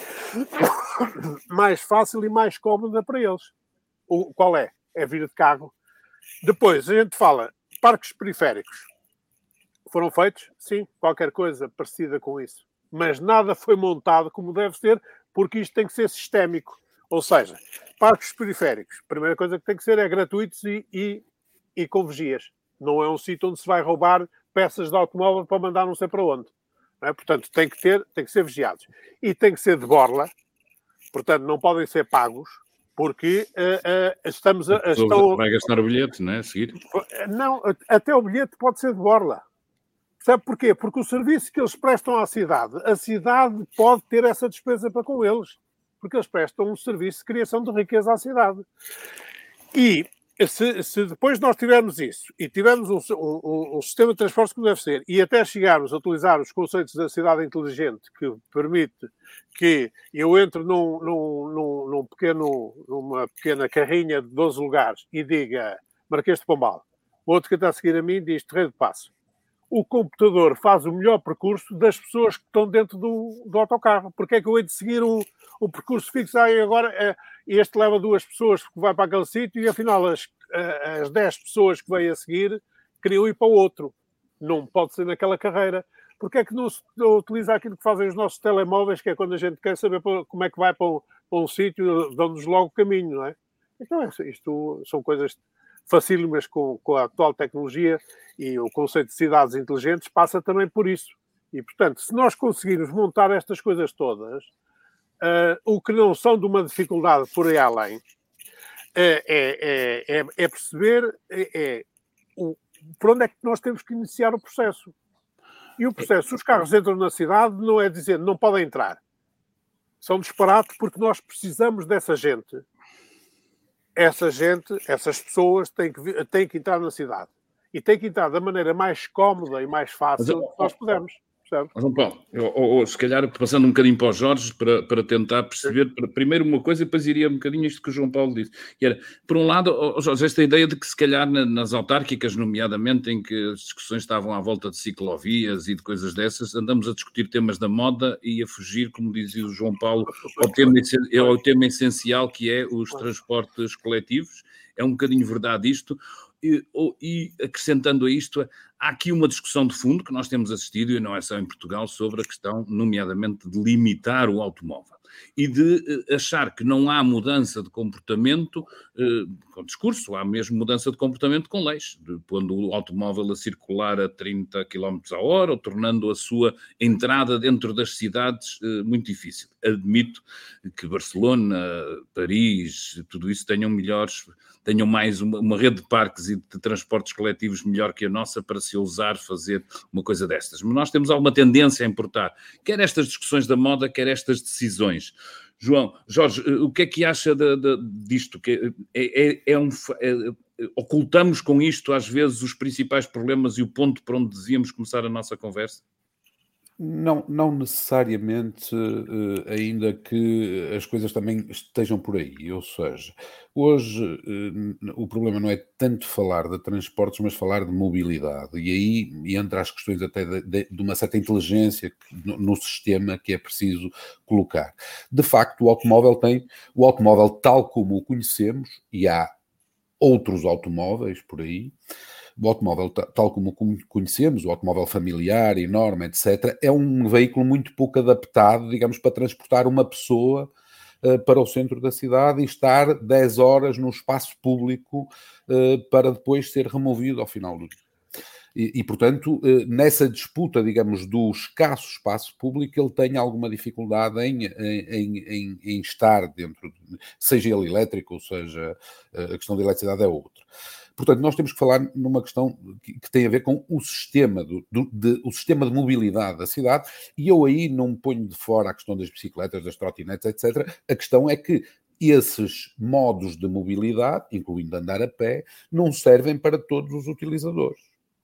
B: mais fácil e mais cómoda para eles. O, qual é? É vir de carro. Depois, a gente fala, parques periféricos. Foram feitos? Sim, qualquer coisa parecida com isso. Mas nada foi montado como deve ser, porque isto tem que ser sistémico. Ou seja, parques periféricos, a primeira coisa que tem que ser é gratuitos e, e, e com vigias. Não é um sítio onde se vai roubar peças de automóvel para mandar não sei para onde. Não é? Portanto, tem que ter, tem que ser vigiados. E tem que ser de borla, portanto, não podem ser pagos, porque uh, uh, estamos a... a estão...
A: Vai gastar o bilhete, não é? A seguir?
B: Não, até o bilhete pode ser de borla. Sabe porquê? Porque o serviço que eles prestam à cidade, a cidade pode ter essa despesa para com eles. Porque eles prestam um serviço de criação de riqueza à cidade. E se, se depois nós tivermos isso, e tivermos um, um, um sistema de transportes como deve ser, e até chegarmos a utilizar os conceitos da cidade inteligente, que permite que eu entre num, num, num, num pequeno, numa pequena carrinha de doze lugares e diga Marquês de Pombal, o outro que está a seguir a mim diz Terreiro de Paço. O computador faz o melhor percurso das pessoas que estão dentro do, do autocarro. Porque é que eu hei de seguir o, o percurso fixo? Ah, e agora é, este leva duas pessoas que vai para aquele sítio e afinal as, as dez pessoas que vêm a seguir queriam ir para o outro. Não pode ser naquela carreira. Porque é que não se utiliza aquilo que fazem os nossos telemóveis, que é quando a gente quer saber como é que vai para um, para um sítio, dão-nos logo o caminho, não é? Então, isto são coisas facílimas com, com a atual tecnologia, e o conceito de cidades inteligentes passa também por isso. E, portanto, se nós conseguirmos montar estas coisas todas, uh, o que não são de uma dificuldade por aí além, uh, é, é, é, é perceber é, é, o, por onde é que nós temos que iniciar o processo. E o processo, se os carros entram na cidade, não é dizer não podem entrar. São disparate porque nós precisamos dessa gente. Essa gente, essas pessoas têm que, têm que entrar na cidade. E têm que entrar da maneira mais cómoda e mais fácil que nós pudermos.
A: João Paulo, ou, ou se calhar passando um bocadinho para os Jorge, para, para tentar perceber, para, primeiro uma coisa e depois iria um bocadinho isto que o João Paulo disse. Que era, por um lado, oh, Jorge, esta ideia de que se calhar nas autárquicas, nomeadamente em que as discussões estavam à volta de ciclovias e de coisas dessas, andamos a discutir temas da moda e a fugir, como dizia o João Paulo, ao tema, ao tema essencial que é os transportes coletivos. É um bocadinho verdade isto. E, e acrescentando a isto, há aqui uma discussão de fundo que nós temos assistido, e não é só em Portugal, sobre a questão, nomeadamente, de limitar o automóvel e de achar que não há mudança de comportamento eh, com discurso, há mesmo mudança de comportamento com leis, de, pondo o automóvel a circular a trinta quilómetros a hora ou tornando a sua entrada dentro das cidades eh, muito difícil. Admito que Barcelona, Paris, tudo isso tenham melhores, tenham mais uma, uma rede de parques e de transportes coletivos melhor que a nossa para se ousar fazer uma coisa destas. Mas nós temos alguma tendência a importar, quer estas discussões da moda, quer estas decisões. João, Jorge, o que é que acha de, de, disto? Que é, é, é um, é, ocultamos com isto, às vezes, os principais problemas e o ponto por onde dizíamos começar a nossa conversa?
C: Não, não necessariamente, ainda que as coisas também estejam por aí. Ou seja, hoje o problema não é tanto falar de transportes, mas falar de mobilidade. E aí entra as questões até de, de, de uma certa inteligência no, no sistema que é preciso colocar. De facto, o automóvel tem, o automóvel tal como o conhecemos, e há outros automóveis por aí, o automóvel, tal como conhecemos, o automóvel familiar, enorme, etcétera, é um veículo muito pouco adaptado, digamos, para transportar uma pessoa uh, para o centro da cidade e estar dez horas no espaço público uh, para depois ser removido ao final do dia. E, e, portanto, uh, nessa disputa, digamos, do escasso espaço público, ele tem alguma dificuldade em, em, em, em estar dentro, de, seja ele elétrico, ou seja, uh, a questão da eletricidade é outra. Portanto, nós temos que falar numa questão que, que tem a ver com o sistema, do, do, de, o sistema de mobilidade da cidade, e eu aí não ponho de fora a questão das bicicletas, das trotinetes, etcétera. A questão é que esses modos de mobilidade, incluindo andar a pé, não servem para todos os utilizadores.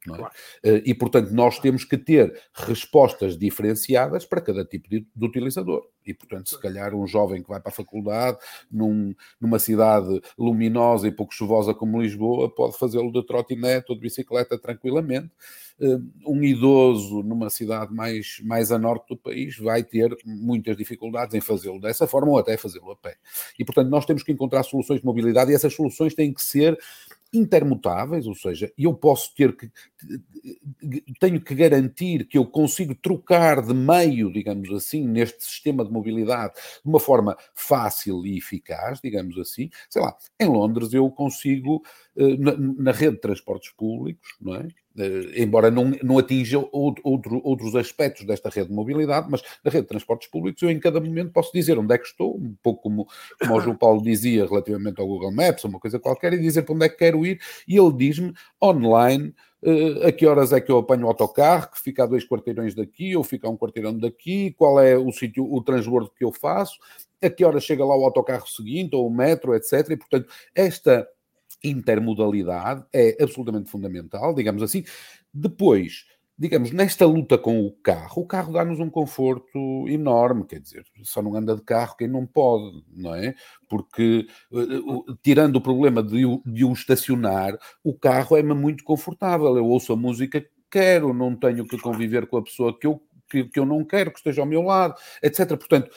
C: Não é?
B: Claro.
C: E, portanto, nós temos que ter respostas diferenciadas para cada tipo de, de utilizador. E, portanto, se calhar um jovem que vai para a faculdade num, numa cidade luminosa e pouco chuvosa como Lisboa pode fazê-lo de trotinete ou de bicicleta tranquilamente. Um idoso numa cidade mais, mais a norte do país vai ter muitas dificuldades em fazê-lo dessa forma ou até fazê-lo a pé. E, portanto, nós temos que encontrar soluções de mobilidade e essas soluções têm que ser intermutáveis, ou seja, eu posso ter que, tenho que garantir que eu consigo trocar de meio, digamos assim, neste sistema de mobilidade de uma forma fácil e eficaz, digamos assim. Sei lá, em Londres eu consigo, na, na rede de transportes públicos, não é? Uh, embora não, não atinja outro, outro, outros aspectos desta rede de mobilidade, mas na rede de transportes públicos eu em cada momento posso dizer onde é que estou, um pouco como, como o João Paulo dizia relativamente ao Google Maps, ou uma coisa qualquer, e dizer para onde é que quero ir, e ele diz-me online uh, a que horas é que eu apanho o autocarro, que fica a dois quarteirões daqui, ou fica a um quarteirão daqui, qual é o sítio, o transbordo que eu faço, a que horas chega lá o autocarro seguinte, ou o metro, etcétera. E, portanto, esta intermodalidade é absolutamente fundamental, digamos assim. Depois, digamos, nesta luta com o carro, o carro dá-nos um conforto enorme, quer dizer, só não anda de carro quem não pode, não é? Porque, uh, tirando o problema de, de o estacionar, o carro é-me muito confortável, eu ouço a música que quero, não tenho que conviver com a pessoa que eu, que, que eu não quero que esteja ao meu lado, etcétera. Portanto,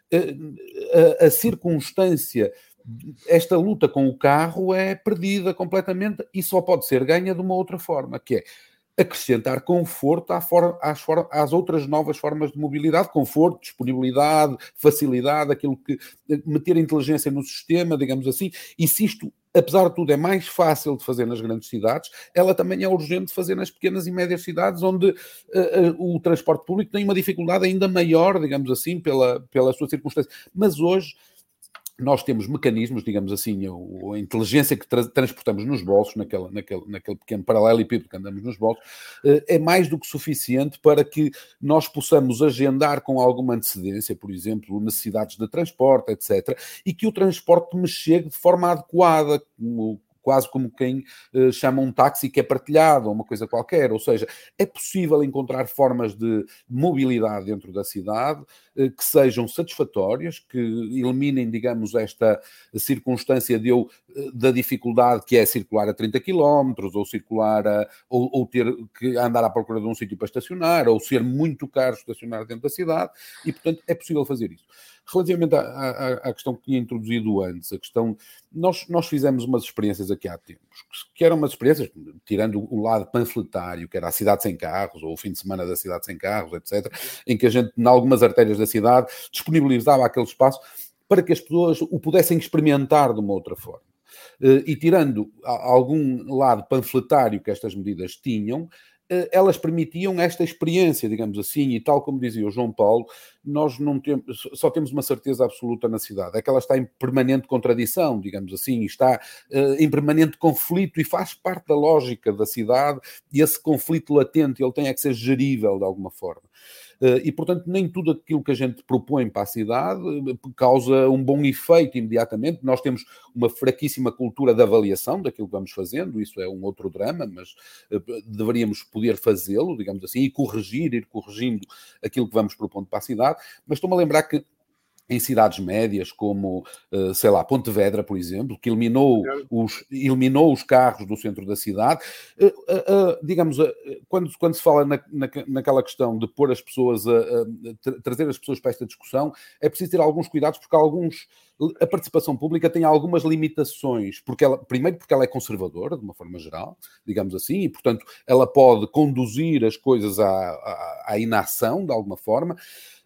C: uh, a, a circunstância, esta luta com o carro é perdida completamente e só pode ser ganha de uma outra forma, que é acrescentar conforto às, for- às, for- às outras novas formas de mobilidade, conforto, disponibilidade, facilidade, aquilo que meter inteligência no sistema, digamos assim, e se isto, apesar de tudo, é mais fácil de fazer nas grandes cidades, ela também é urgente de fazer nas pequenas e médias cidades, onde uh, uh, o transporte público tem uma dificuldade ainda maior, digamos assim, pela, pela sua circunstância. Mas hoje nós temos mecanismos, digamos assim, a, a inteligência que tra- transportamos nos bolsos, naquele, naquele, naquele pequeno paralelepípedo que andamos nos bolsos, é mais do que suficiente para que nós possamos agendar com alguma antecedência, por exemplo, necessidades de transporte, etcétera, e que o transporte me chegue de forma adequada, como quase como quem uh, chama um táxi que é partilhado, ou uma coisa qualquer. Ou seja, é possível encontrar formas de mobilidade dentro da cidade uh, que sejam satisfatórias, que eliminem, digamos, esta circunstância de eu, uh, da dificuldade que é circular a trinta quilómetros, ou circular a, ou, ou ter que andar à procura de um sítio para estacionar, ou ser muito caro estacionar dentro da cidade, e, portanto, é possível fazer isso. Relativamente à, à, à questão que tinha introduzido antes, a questão, nós, nós fizemos umas experiências aqui há tempos, que eram umas experiências, tirando o lado panfletário, que era a cidade sem carros, ou o fim de semana da cidade sem carros, etcétera, em que a gente, em algumas artérias da cidade, disponibilizava aquele espaço para que as pessoas o pudessem experimentar de uma outra forma. E tirando algum lado panfletário que estas medidas tinham, elas permitiam esta experiência, digamos assim, e tal como dizia o João Paulo, nós não temos, só temos uma certeza absoluta na cidade, é que ela está em permanente contradição, digamos assim, está uh, em permanente conflito e faz parte da lógica da cidade, e esse conflito latente, ele tem é que ser gerível de alguma forma. Uh, e, portanto, nem tudo aquilo que a gente propõe para a cidade uh, causa um bom efeito imediatamente. Nós temos uma fraquíssima cultura de avaliação daquilo que vamos fazendo, isso é um outro drama, mas uh, deveríamos poder fazê-lo, digamos assim, e corrigir, ir corrigindo aquilo que vamos propondo para a cidade. Mas estou-me a lembrar que em cidades médias como, sei lá, Pontevedra, por exemplo, que eliminou os, eliminou os carros do centro da cidade, digamos, quando, quando se fala na, na, naquela questão de pôr as pessoas, a, a trazer as pessoas para esta discussão, é preciso ter alguns cuidados, porque alguns, a participação pública tem algumas limitações, porque ela, primeiro porque ela é conservadora, de uma forma geral, digamos assim, e, portanto, ela pode conduzir as coisas à, à, à inação, de alguma forma,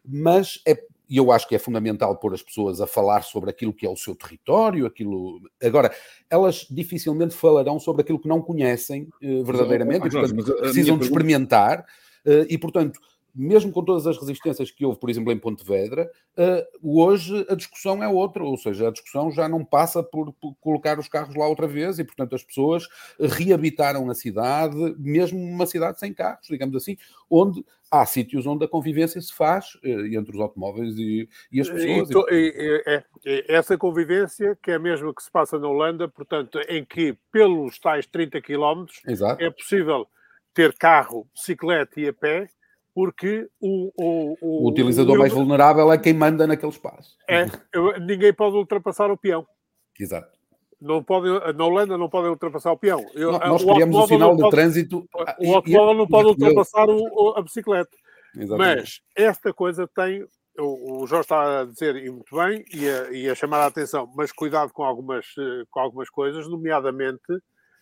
C: mas é e eu acho que é fundamental pôr as pessoas a falar sobre aquilo que é o seu território, aquilo... Agora, elas dificilmente falarão sobre aquilo que não conhecem uh, verdadeiramente, mas, e, portanto, mas precisam de pergunta... experimentar, uh, e, portanto, mesmo com todas as resistências que houve, por exemplo, em Pontevedra, uh, hoje a discussão é outra, ou seja, a discussão já não passa por, por colocar os carros lá outra vez, e, portanto, as pessoas reabitaram a cidade, mesmo uma cidade sem carros, digamos assim, onde há sítios onde a convivência se faz uh, entre os automóveis e, e as pessoas.
B: E, to, e, é, é, essa convivência, que é a mesma que se passa na Holanda, portanto, em que pelos tais trinta quilómetros é possível ter carro, bicicleta e a pé, porque o... O,
C: o, o utilizador o, mais vulnerável é quem manda naquele espaço.
B: É, ninguém pode ultrapassar o peão.
C: Exato.
B: Não pode, na Holanda não podem ultrapassar o peão. Eu,
C: não, nós criamos o sinal de
B: pode,
C: trânsito.
B: O automóvel não pode ultrapassar o, a bicicleta. Exatamente. Mas esta coisa tem... O, o Jorge está a dizer, e muito bem, e a, e a chamar a atenção, mas cuidado com algumas, com algumas coisas, nomeadamente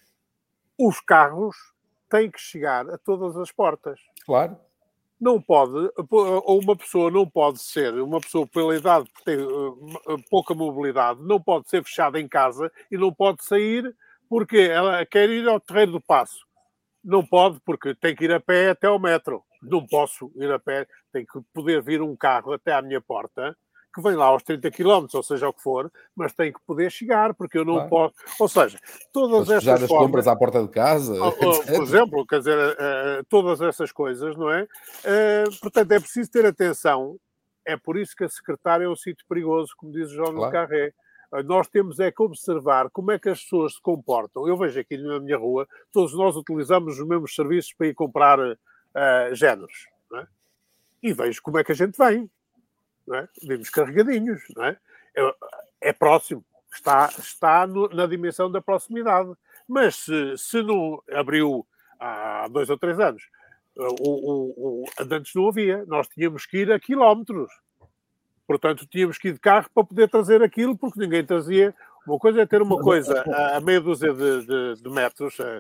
B: os carros têm que chegar a todas as portas.
C: Claro.
B: Não pode, ou uma pessoa não pode ser, uma pessoa pela idade que tem uh, pouca mobilidade, não pode ser fechada em casa e não pode sair porque ela quer ir ao Terreiro do Paço. Não pode, porque tem que ir a pé até ao metro. Não posso ir a pé, tem que poder vir um carro até à minha porta, que vem lá aos trinta quilómetros, ou seja o que for, mas tem que poder chegar, porque eu não claro. posso... Ou seja, todas
C: essas
B: formas...
C: as compras à porta de casa...
B: Ou, ou, por exemplo, quer dizer, uh, todas essas coisas, não é? Uh, portanto, é preciso ter atenção. É por isso que a secretária é um sítio perigoso, como diz o João claro. Carré. Uh, nós temos é que observar como é que as pessoas se comportam. Eu vejo aqui na minha rua, todos nós utilizamos os mesmos serviços para ir comprar uh, géneros, não é? E vejo como é que a gente vem. Não é? Vimos carregadinhos, não é? É, é próximo, está, está no, na dimensão da proximidade. Mas se, se não abriu há dois ou três anos, o, o, o, antes não havia, nós tínhamos que ir a quilómetros. Portanto, tínhamos que ir de carro para poder trazer aquilo, porque ninguém trazia. Uma coisa é ter uma coisa a, a meia dúzia de, de, de metros, a,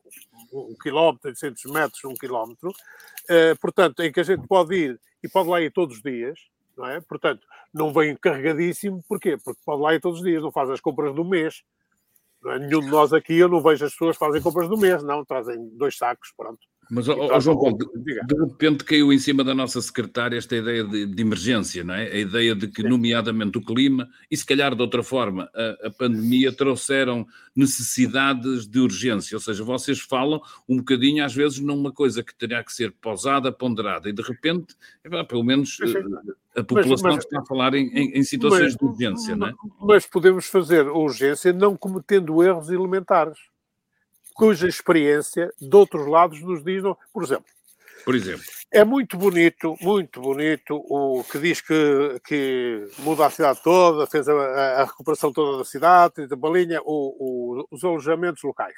B: um quilómetro, oitocentos metros, um quilómetro, uh, portanto, em que a gente pode ir e pode lá ir todos os dias. Não é? Portanto, não vem carregadíssimo. Porquê? Porque pode lá ir todos os dias, não faz as compras do mês. Não é? Nenhum de nós aqui, eu não vejo as pessoas fazem compras do mês, não, trazem dois sacos, pronto.
A: Mas, ó, João Paulo, de, de repente caiu em cima da nossa secretária esta ideia de, de emergência, não é? A ideia de que, nomeadamente, o clima e, se calhar, de outra forma, a, a pandemia trouxeram necessidades de urgência. Ou seja, vocês falam um bocadinho, às vezes, numa coisa que terá que ser pausada, ponderada, e, de repente, é, pelo menos, a população mas, mas, está a falar em, em, em situações mas, de urgência, não é?
B: Mas podemos fazer urgência não cometendo erros elementares, cuja experiência de outros lados nos diz, por exemplo,
A: por exemplo,
B: é muito bonito, muito bonito o que diz que, que muda a cidade toda, fez a, a recuperação toda da cidade, trinta balinha, o, o, os alojamentos locais.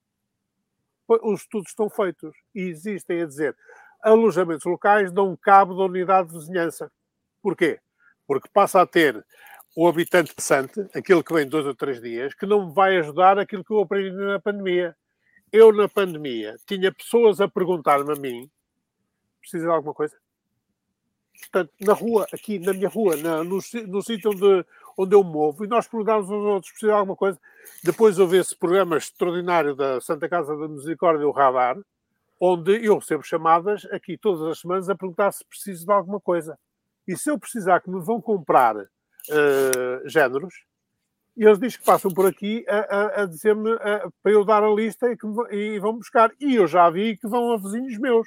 B: Os estudos estão feitos e existem a dizer, alojamentos locais dão cabo da unidade de vizinhança. Porquê? Porque passa a ter o habitante passante, aquele que vem dois ou três dias, que não me vai ajudar aquilo que eu aprendi na pandemia. Eu, na pandemia, tinha pessoas a perguntar-me a mim, precisa de alguma coisa? Portanto, na rua, aqui na minha rua, na, no, no sítio onde, onde eu me movo, e nós perguntámos aos outros, precisa de alguma coisa? Depois houve esse programa extraordinário da Santa Casa da Misericórdia, o Radar, onde eu recebo chamadas aqui todas as semanas a perguntar se preciso de alguma coisa. E se eu precisar que me vão comprar uh, géneros, e eles dizem que passam por aqui a, a, a dizer-me a, para eu dar a lista e, que me, e vão buscar. E eu já vi que vão a vizinhos meus.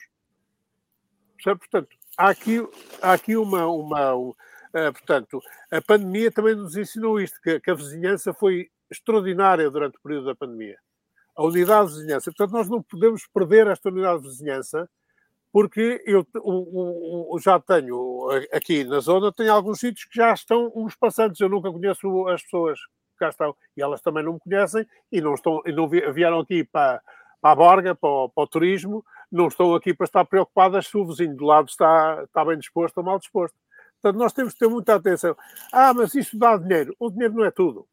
B: Portanto, há aqui, há aqui uma... uma uh, portanto, a pandemia também nos ensinou isto, que, que a vizinhança foi extraordinária durante o período da pandemia. A unidade de vizinhança. Portanto, nós não podemos perder esta unidade de vizinhança, porque eu o, o, já tenho, aqui na zona, tenho alguns sítios que já estão uns passantes. Eu nunca conheço as pessoas que cá estão. E elas também não me conhecem e não, estão, e não vieram aqui para, para a Borga, para o, para o turismo. Não estão aqui para estar preocupadas se o vizinho do lado está, está bem disposto ou mal disposto. Portanto, nós temos que ter muita atenção. Ah, mas isto dá dinheiro. O dinheiro não é tudo.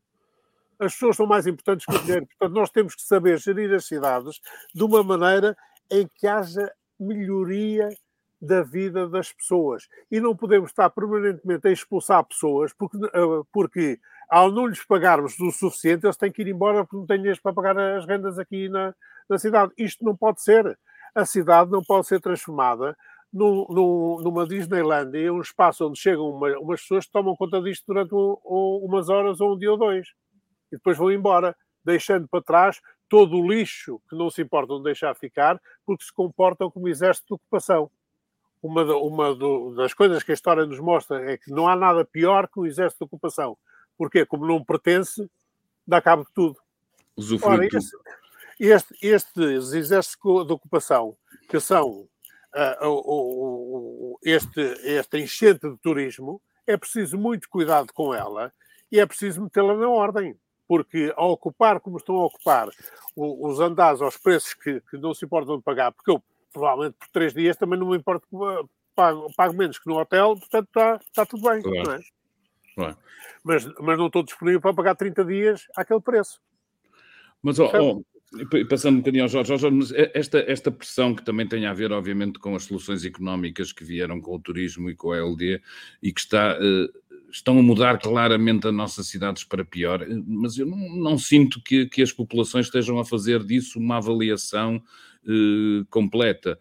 B: As pessoas são mais importantes que o dinheiro. Portanto, nós temos que saber gerir as cidades de uma maneira em que haja melhoria da vida das pessoas. E não podemos estar permanentemente a expulsar pessoas porque, porque ao não lhes pagarmos o suficiente, eles têm que ir embora porque não têm dinheiro para pagar as rendas aqui na, na cidade. Isto não pode ser. A cidade não pode ser transformada num, num, numa Disneylandia, um espaço onde chegam uma, umas pessoas que tomam conta disto durante um, um, umas horas ou um dia ou dois. E depois vão embora, deixando para trás todo o lixo que não se importam de deixar ficar, porque se comportam como exército de ocupação. Uma, uma do, das coisas que a história nos mostra é que não há nada pior que o exército de ocupação. Porquê? Como não pertence, dá cabo de tudo. Ora, esse, este, estes exércitos de ocupação, que são uh, o, o, o, este, esta enchente de turismo, é preciso muito cuidado com ela e é preciso metê-la na ordem, porque ao ocupar, como estão a ocupar, o, os andares aos preços que, que não se importam de pagar, porque eu, provavelmente, por três dias também não me importo que pago, pago menos que no hotel, portanto está, está tudo bem, claro. Não é? Claro. Mas, mas não estou disponível para pagar trinta dias àquele preço.
A: Mas, oh, oh, passando um bocadinho ao Jorge, Jorge, esta, esta pressão que também tem a ver, obviamente, com as soluções económicas que vieram com o turismo e com a L D e que está, uh, estão a mudar claramente as nossas cidades para pior, mas eu não, não sinto que, que as populações estejam a fazer disso uma avaliação uh, completa.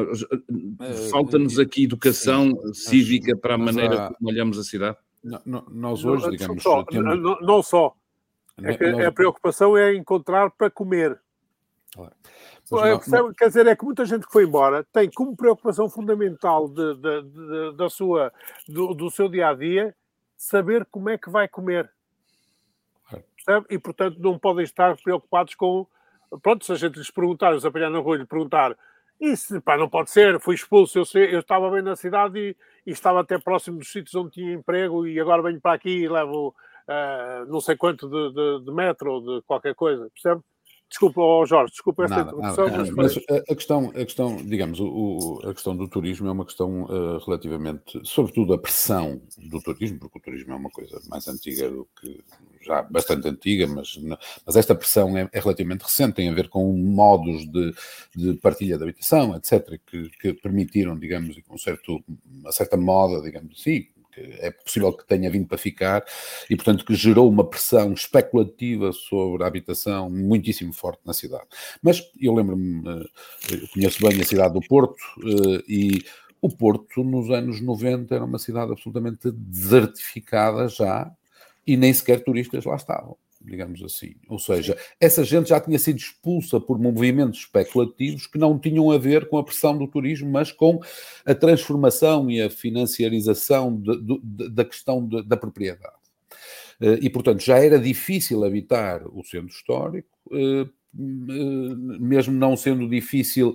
A: Falta-nos aqui educação Sim, cívica para a maneira há... como olhamos a cidade?
C: Não, não, nós hoje,
B: não,
C: digamos...
B: Só,
C: temos...
B: não, não só. É que nós... A preocupação é encontrar para comer. Claro. Não, não... Quer dizer, é que muita gente que foi embora tem como preocupação fundamental de, de, de, da sua, do, do seu dia-a-dia saber como é que vai comer. Claro. Percebe? E, portanto, não podem estar preocupados com... Pronto, se a gente lhes perguntar, os apanhar na rua e lhe perguntar isso, pá, não pode ser, fui expulso, eu, sei, eu estava bem na cidade e, e estava até próximo dos sítios onde tinha emprego e agora venho para aqui e levo uh, não sei quanto de, de, de metro ou de qualquer coisa, percebe? Desculpa, oh Jorge, desculpa esta
C: nada,
B: introdução.
C: Nada, nada. Mas, mas a, a, questão, a questão, digamos, o, a questão do turismo é uma questão uh, relativamente, sobretudo a pressão do turismo, porque o turismo é uma coisa mais antiga do que, já bastante antiga, mas, mas esta pressão é, é relativamente recente, tem a ver com modos de, de partilha de habitação, etcétera, que, que permitiram, digamos, com um certo, uma certa moda, digamos assim, é possível que tenha vindo para ficar e, portanto, que gerou uma pressão especulativa sobre a habitação muitíssimo forte na cidade. Mas eu lembro-me, eu conheço bem a cidade do Porto e o Porto, nos anos noventa, era uma cidade absolutamente desertificada já e nem sequer turistas lá estavam, digamos assim. Ou seja, essa gente já tinha sido expulsa por movimentos especulativos que não tinham a ver com a pressão do turismo, mas com a transformação e a financiarização de, de, da questão de, da propriedade. E, portanto, já era difícil habitar o centro histórico, mesmo não sendo difícil,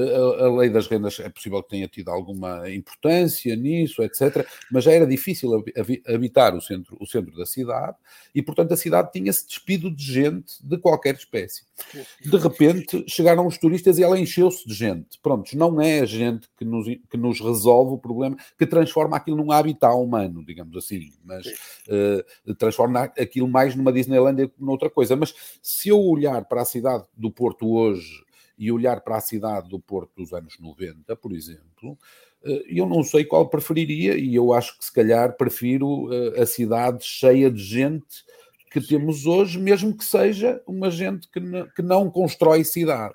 C: a lei das rendas é possível que tenha tido alguma importância nisso, etcétera, mas já era difícil habitar o centro, o centro da cidade e, portanto, a cidade tinha-se despido de gente de qualquer espécie. De repente, chegaram os turistas e ela encheu-se de gente. Pronto, não é a gente que nos, que nos resolve o problema, que transforma aquilo num habitat humano, digamos assim, mas uh, transforma aquilo mais numa Disneylandia que noutra coisa. Mas se eu olhar para a cidade do Porto hoje e olhar para a cidade do Porto dos anos noventa, por exemplo, eu não sei qual preferiria e eu acho que se calhar prefiro a cidade cheia de gente que temos hoje, mesmo que seja uma gente que não, que não constrói cidade.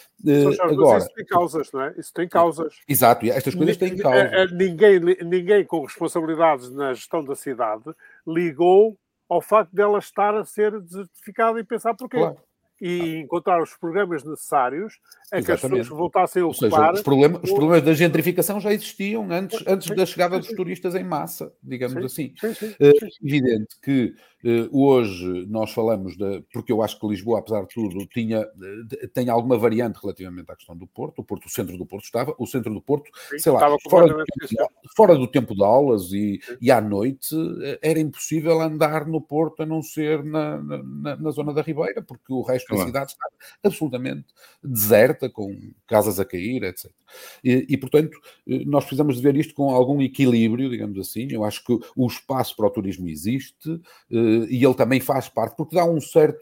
B: Uh, agora, isso tem causas, não é? Isso tem causas.
C: Exato, e estas coisas têm causas.
B: Ninguém, ninguém com responsabilidades na gestão da cidade ligou ao facto dela estar a ser desertificada e pensar porquê. Claro. E encontrar os programas necessários a que as pessoas voltassem a ocupar.
C: Ou seja, os, problemas, os problemas da gentrificação já existiam antes, antes sim, da chegada sim, dos sim. turistas em massa, digamos assim.
B: Sim, sim,
C: é evidente que uh, hoje nós falamos, de, porque eu acho que Lisboa, apesar de tudo, tinha, uh, tem alguma variante relativamente à questão do Porto. O Porto, o centro do Porto estava, o centro do Porto, sim, sei lá, fora do, tempo, fora do tempo de aulas e, e à noite era impossível andar no Porto a não ser na, na, na zona da Ribeira, porque o resto da cidade está absolutamente deserta, com casas a cair, etcétera. E, e, portanto, nós precisamos de ver isto com algum equilíbrio, digamos assim. Eu acho que o espaço para o turismo existe e ele também faz parte, porque dá um certo...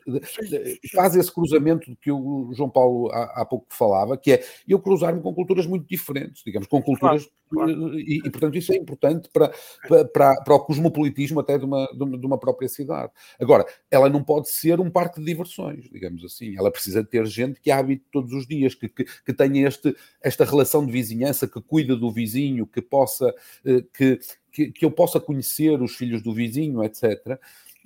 C: faz esse cruzamento que o João Paulo há, há pouco falava, que é eu cruzar-me com culturas muito diferentes, digamos, com culturas... Claro, claro. E, e, portanto, isso é importante para, para, para o cosmopolitismo até de uma, de uma própria cidade. Agora, ela não pode ser um parque de diversões, digamos assim. Ela precisa ter gente que a habite todos os dias, que, que, que tenha este, esta relação de vizinhança, que cuida do vizinho, que possa, que, que, que eu possa conhecer os filhos do vizinho, etcétera.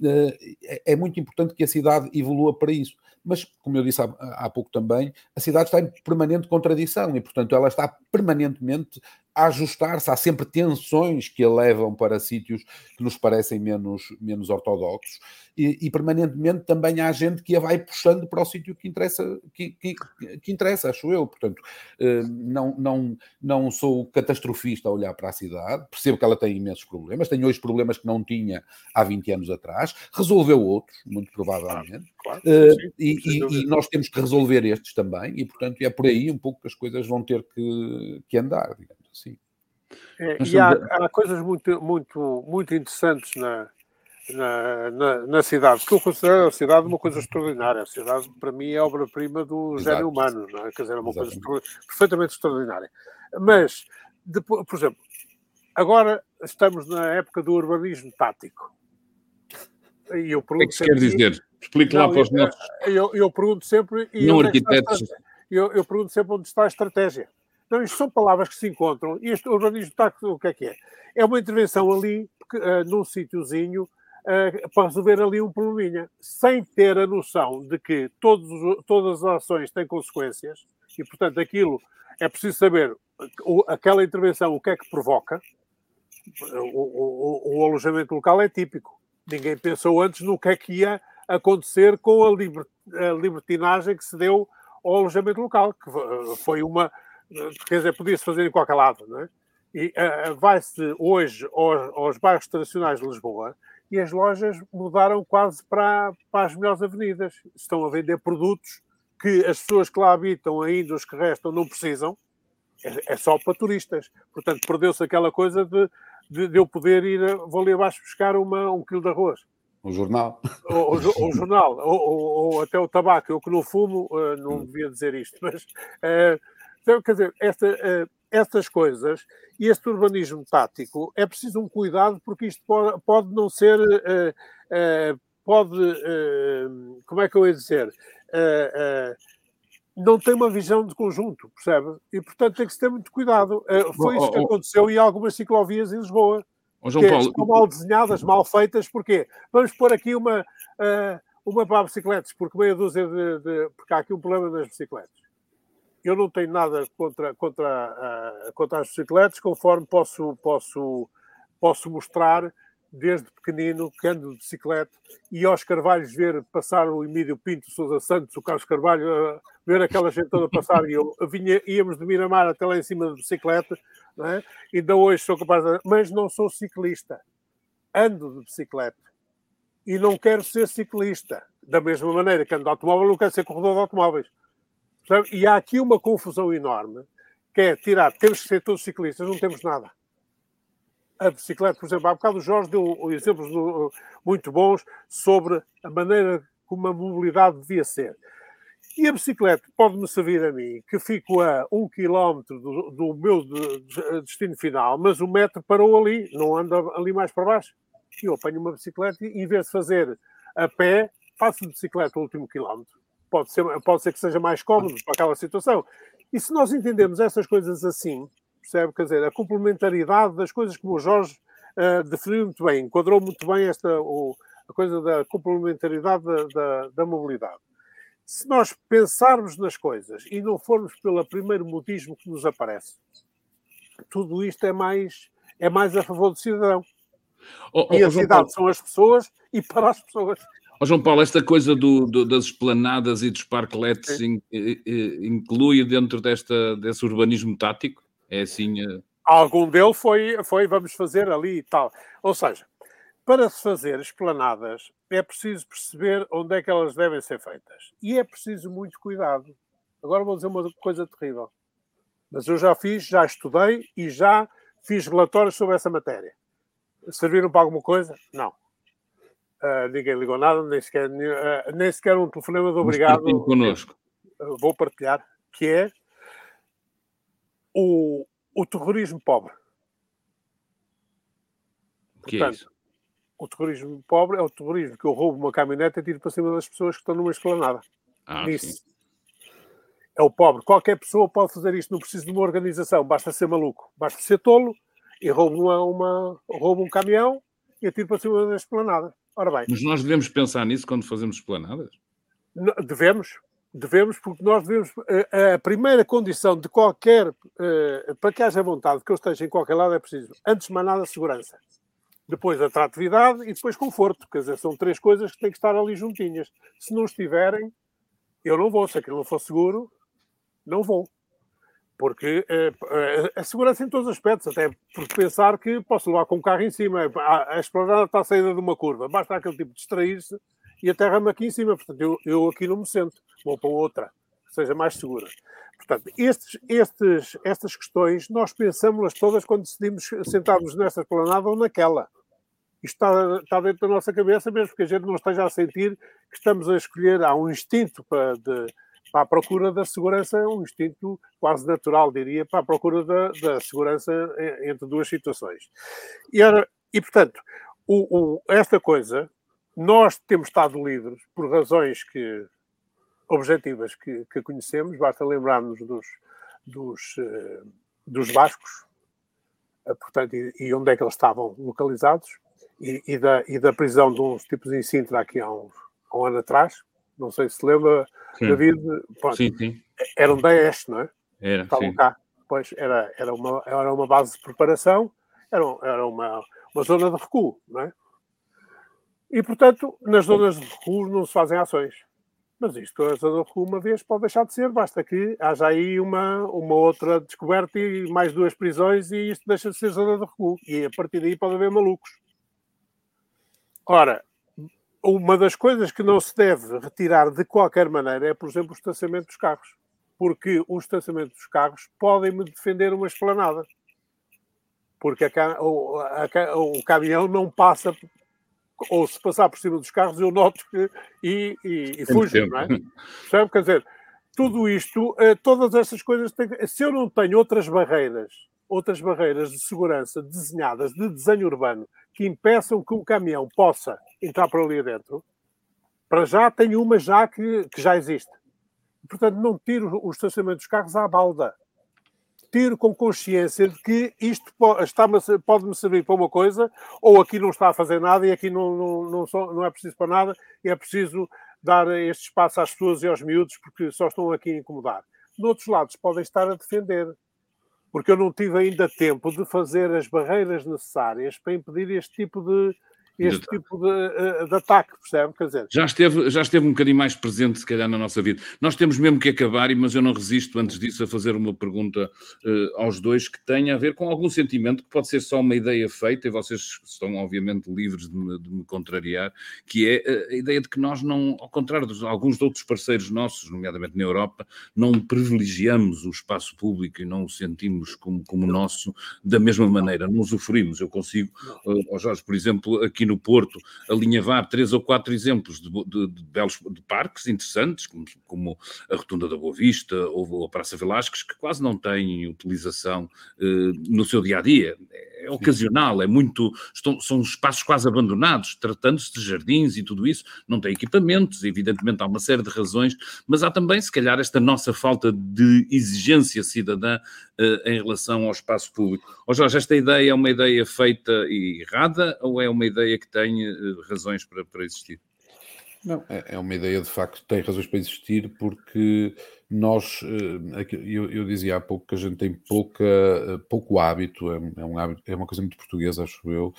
C: É muito importante que a cidade evolua para isso. Mas, como eu disse há, há pouco também, a cidade está em permanente contradição e, portanto, ela está permanentemente a ajustar-se, há sempre tensões que a levam para sítios que nos parecem menos, menos ortodoxos, e, e permanentemente também há gente que a vai puxando para o sítio que interessa, que, que, que interessa, acho eu. Portanto, não, não, não sou catastrofista a olhar para a cidade, percebo que ela tem imensos problemas, tem hoje problemas que não tinha há vinte anos atrás, resolveu outros, muito provavelmente, claro, claro, uh, sim, e, e, e nós temos que resolver estes também, e portanto é por aí um pouco que as coisas vão ter que, que andar, digamos assim.
B: É, e há, há coisas muito, muito, muito interessantes na, na, na, na cidade, que eu considero a cidade uma coisa extraordinária. A cidade, para mim, é obra-prima do Exato. Gênio humano, não é? Quer dizer, é uma Exatamente. coisa perfeitamente extraordinária. Mas, depois, por exemplo, agora estamos na época do urbanismo tático. E eu
A: o que é que se quer dizer? Explique
B: não,
A: lá para os nossos...
B: Eu, eu pergunto sempre... E
A: não arquitetos.
B: Eu, eu pergunto sempre onde está a estratégia. Não, isto são palavras que se encontram. E este urbanismo tático, o que é que é? É uma intervenção ali, uh, num sítiozinho, uh, para resolver ali um probleminha, sem ter a noção de que todos, todas as ações têm consequências e, portanto, aquilo é preciso saber, o, aquela intervenção, o que é que provoca. O, o, o alojamento local é típico. Ninguém pensou antes no que é que ia acontecer com a, liber, a libertinagem que se deu ao alojamento local, que foi uma... Quer dizer, podia-se fazer em qualquer lado, não é? E uh, vai-se hoje aos, aos bairros tradicionais de Lisboa e as lojas mudaram quase para, para as melhores avenidas. Estão a vender produtos que as pessoas que lá habitam, ainda os que restam, não precisam. É, é só para turistas. Portanto, perdeu-se aquela coisa de, de, de eu poder ir, a, vou ali abaixo buscar uma, um quilo de arroz.
C: O jornal.
B: O, o, o jornal, ou, ou, ou até o tabaco. Eu que não fumo, uh, não devia dizer isto, mas... Uh, Então, quer dizer, esta, uh, estas coisas e este urbanismo tático é preciso um cuidado, porque isto pode, pode não ser, uh, uh, pode, uh, como é que eu ia dizer, uh, uh, não tem uma visão de conjunto, percebe? E, portanto, tem que se ter muito cuidado. Uh, foi isso que aconteceu em algumas ciclovias em Lisboa,
A: oh, João
B: que
A: Paulo...
B: estão mal desenhadas, mal feitas, porquê? Vamos pôr aqui uma, uh, uma para bicicletas, porque meia dúzia de, de... porque há aqui um problema nas bicicletas. Eu não tenho nada contra, contra, uh, contra as bicicletas, conforme posso, posso, posso mostrar desde pequenino que ando de bicicleta, e aos Carvalhos ver passar o Emílio Pinto, o Sousa Santos, o Carlos Carvalho, uh, ver aquela gente toda passar, e eu vinha, íamos de Miramar até lá em cima de bicicleta, não é? Ainda hoje sou capaz de... Mas não sou ciclista. Ando de bicicleta. E não quero ser ciclista. Da mesma maneira que ando de automóvel, não quero ser corredor de automóveis. E há aqui uma confusão enorme, que é tirar, temos que ser todos ciclistas, não temos nada. A bicicleta, por exemplo, há bocado o Jorge deu exemplos muito bons sobre a maneira como a mobilidade devia ser. E a bicicleta pode-me servir a mim, que fico a um quilómetro do, do meu destino final, mas o metro parou ali, não anda ali mais para baixo. E eu apanho uma bicicleta e, em vez de fazer a pé, faço de bicicleta o último quilómetro. Pode ser, pode ser que seja mais cómodo para aquela situação. E se nós entendemos essas coisas assim, percebe? Quer dizer, a complementaridade das coisas, como o Jorge uh, definiu muito bem, enquadrou muito bem esta, o, a coisa da complementaridade da, da, da mobilidade. Se nós pensarmos nas coisas e não formos pelo primeiro modismo que nos aparece, tudo isto é mais, é mais a favor do cidadão. Oh, oh, e a cidade Paulo... são as pessoas e para as pessoas.
A: Oh, João Paulo, esta coisa do, do, das esplanadas e dos parkletes in, in, in, inclui dentro desta, desse urbanismo tático? É assim... Uh...
B: Algum dele foi, foi vamos fazer ali e tal. Ou seja, para se fazer esplanadas é preciso perceber onde é que elas devem ser feitas. E é preciso muito cuidado. Agora vou dizer uma coisa terrível. Mas eu já fiz, já estudei e já fiz relatórios sobre essa matéria. Serviram para alguma coisa? Não. Uh, ninguém ligou nada, nem sequer, uh, nem sequer um telefonema de obrigado.
A: Connosco.
B: Uh, vou partilhar, que é o, o terrorismo pobre.
A: O que
B: Portanto,
A: é isso?
B: O terrorismo pobre é o terrorismo que eu roubo uma caminhonete e tiro para cima das pessoas que estão numa esplanada.
A: Ah,
B: isso.
A: Sim.
B: É o pobre. Qualquer pessoa pode fazer isto, não precisa de uma organização, basta ser maluco, basta ser tolo e roubo, uma, uma, roubo um caminhão e atiro para cima da esplanada. Ora bem.
A: Mas nós devemos pensar nisso quando fazemos esplanadas?
B: Devemos, Devemos, porque nós devemos... A, a primeira condição de qualquer... Uh, para que haja vontade que eu esteja em qualquer lado é preciso, antes de mais nada, segurança. Depois atratividade e depois conforto. Quer dizer, são três coisas que têm que estar ali juntinhas. Se não estiverem, eu não vou. Se aquilo não for seguro, não vou. Porque uh, a segurança em todos os aspectos, até por pensar que posso levar com o carro em cima. A, a esplanada está à saída de uma curva. Basta aquele tipo de distrair-se e aterra-me aqui em cima. Portanto, eu, eu aqui não me sento. Vou para outra, que seja mais segura. Portanto, estes, estes, estas questões, nós pensamos-las todas quando decidimos sentarmos nesta esplanada ou naquela. Isto está, está dentro da nossa cabeça, mesmo que a gente não esteja a sentir que estamos a escolher. Há um instinto para, de, para a procura da segurança, um instinto quase natural, diria, para a procura da, da segurança entre duas situações. E, era, e portanto, o, o, esta coisa, nós temos estado livres por razões que... objetivas que, que conhecemos, basta lembrarmos dos, dos, uh, dos bascos, uh, portanto, e, e onde é que eles estavam localizados, e, e, da, e da prisão de uns tipos em Sintra aqui há um, há um ano atrás, não sei se se lembra, sim. David, pronto, sim, sim. Eram Daesh, não é?
A: Era,
B: estavam
A: sim.
B: cá, pois era, era, uma, era uma base de preparação, era, era uma, uma zona de recuo, não é? E, portanto, nas zonas de recuo não se fazem ações. Mas isto, a zona de recuo, uma vez, pode deixar de ser. Basta que haja aí uma, uma outra descoberta e mais duas prisões e isto deixa de ser zona de recuo. E a partir daí pode haver malucos. Ora, uma das coisas que não se deve retirar de qualquer maneira é, por exemplo, o estacionamento dos carros. Porque o estacionamento dos carros podem-me defender uma esplanada. Porque a, o, a, o caminhão não passa... ou se passar por cima dos carros, eu noto que e, e, e fujo, não é? Percebe? Quer dizer, tudo isto, todas estas coisas, têm, se eu não tenho outras barreiras, outras barreiras de segurança desenhadas, de desenho urbano, que impeçam que um caminhão possa entrar por ali dentro, para já tenho uma já que, que já existe. Portanto, não tiro o estacionamento dos carros à balda. Tiro com consciência de que isto pode-me servir para uma coisa, ou aqui não está a fazer nada e aqui não, não, não, só, não é preciso para nada e é preciso dar este espaço às pessoas e aos miúdos porque só estão aqui a incomodar. Noutros lados podem estar a defender, porque eu não tive ainda tempo de fazer as barreiras necessárias para impedir este tipo de, este de tipo de, de ataque, percebe? Quer dizer,
A: já esteve, já esteve um bocadinho mais presente, se calhar, na nossa vida. Nós temos mesmo que acabar, mas eu não resisto, antes disso, a fazer uma pergunta uh, aos dois que tenha a ver com algum sentimento, que pode ser só uma ideia feita, e vocês estão, obviamente, livres de me, de me contrariar, que é a ideia de que nós não, ao contrário de alguns de outros parceiros nossos, nomeadamente na Europa, não privilegiamos o espaço público e não o sentimos como, como nosso da mesma maneira, não usufruímos. Eu consigo, uh, ao Jorge, por exemplo, aqui no Porto, alinhavar três ou quatro exemplos de, de, de belos de parques interessantes, como, como a Rotunda da Boa Vista ou a Praça Velásquez, que quase não têm utilização eh, no seu dia-a-dia. É ocasional, é muito... Estão, são espaços quase abandonados, tratando-se de jardins e tudo isso. Não tem equipamentos, evidentemente há uma série de razões, mas há também, se calhar, esta nossa falta de exigência cidadã eh, em relação ao espaço público. Ó Jorge, esta ideia é uma ideia feita e errada ou é uma ideia que tem uh, razões para, para existir?
C: Não, é uma ideia de facto que tem razões para existir, porque nós, eu, eu dizia há pouco que a gente tem pouca, pouco hábito, é, um hábito, é uma coisa muito portuguesa, acho eu,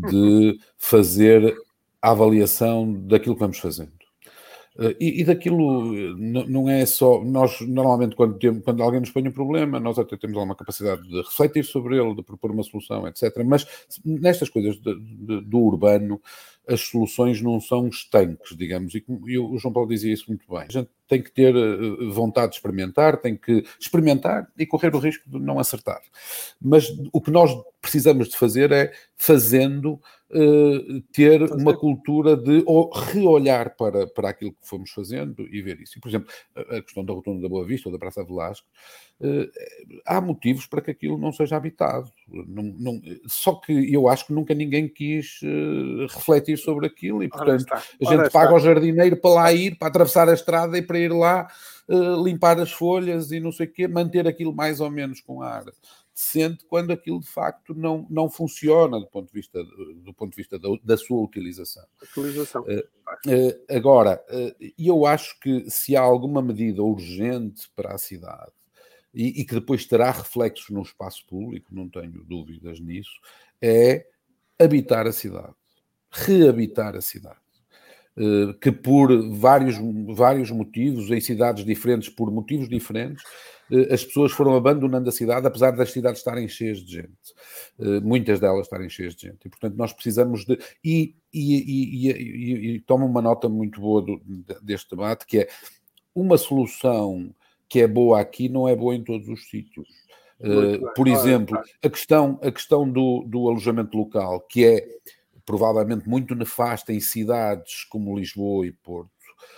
C: de fazer a avaliação daquilo que vamos fazendo. E, e daquilo não é só... Nós, normalmente, quando, temos, quando alguém nos põe um problema, nós até temos alguma capacidade de refletir sobre ele, de propor uma solução, etcétera. Mas nestas coisas de, de, do urbano, as soluções não são estanques, digamos. E, e o João Paulo dizia isso muito bem. A gente tem que ter vontade de experimentar, tem que experimentar e correr o risco de não acertar. Mas o que nós precisamos de fazer é, fazendo, Uh, ter Fazer. uma cultura de ou reolhar para, para aquilo que fomos fazendo e ver isso. E, por exemplo, a, a questão da Rotunda da Boa Vista ou da Praça Velásquez, uh, há motivos para que aquilo não seja habitado. Não, não, só que eu acho que nunca ninguém quis uh, refletir sobre aquilo e, portanto, a gente paga ao jardineiro para lá ir, para atravessar a estrada e para ir lá uh, limpar as folhas e não sei o quê, manter aquilo mais ou menos com ar decente, quando aquilo de facto não, não funciona do ponto de vista, do ponto de vista da, da sua utilização.
B: utilização. Uh,
C: Uh, agora, uh, eu acho que se há alguma medida urgente para a cidade e, e que depois terá reflexos no espaço público, não tenho dúvidas nisso, é habitar a cidade, reabitar a cidade. Uh, que por vários, vários motivos, em cidades diferentes, por motivos diferentes, uh, as pessoas foram abandonando a cidade, apesar das cidades estarem cheias de gente. Uh, muitas delas estarem cheias de gente. E, portanto, nós precisamos de... E, e, e, e, e, e tomo uma nota muito boa do, deste debate, que é uma solução que é boa aqui não é boa em todos os sítios. Uh, por exemplo, a questão, a questão do, do alojamento local, que é provavelmente muito nefasta em cidades como Lisboa e Porto,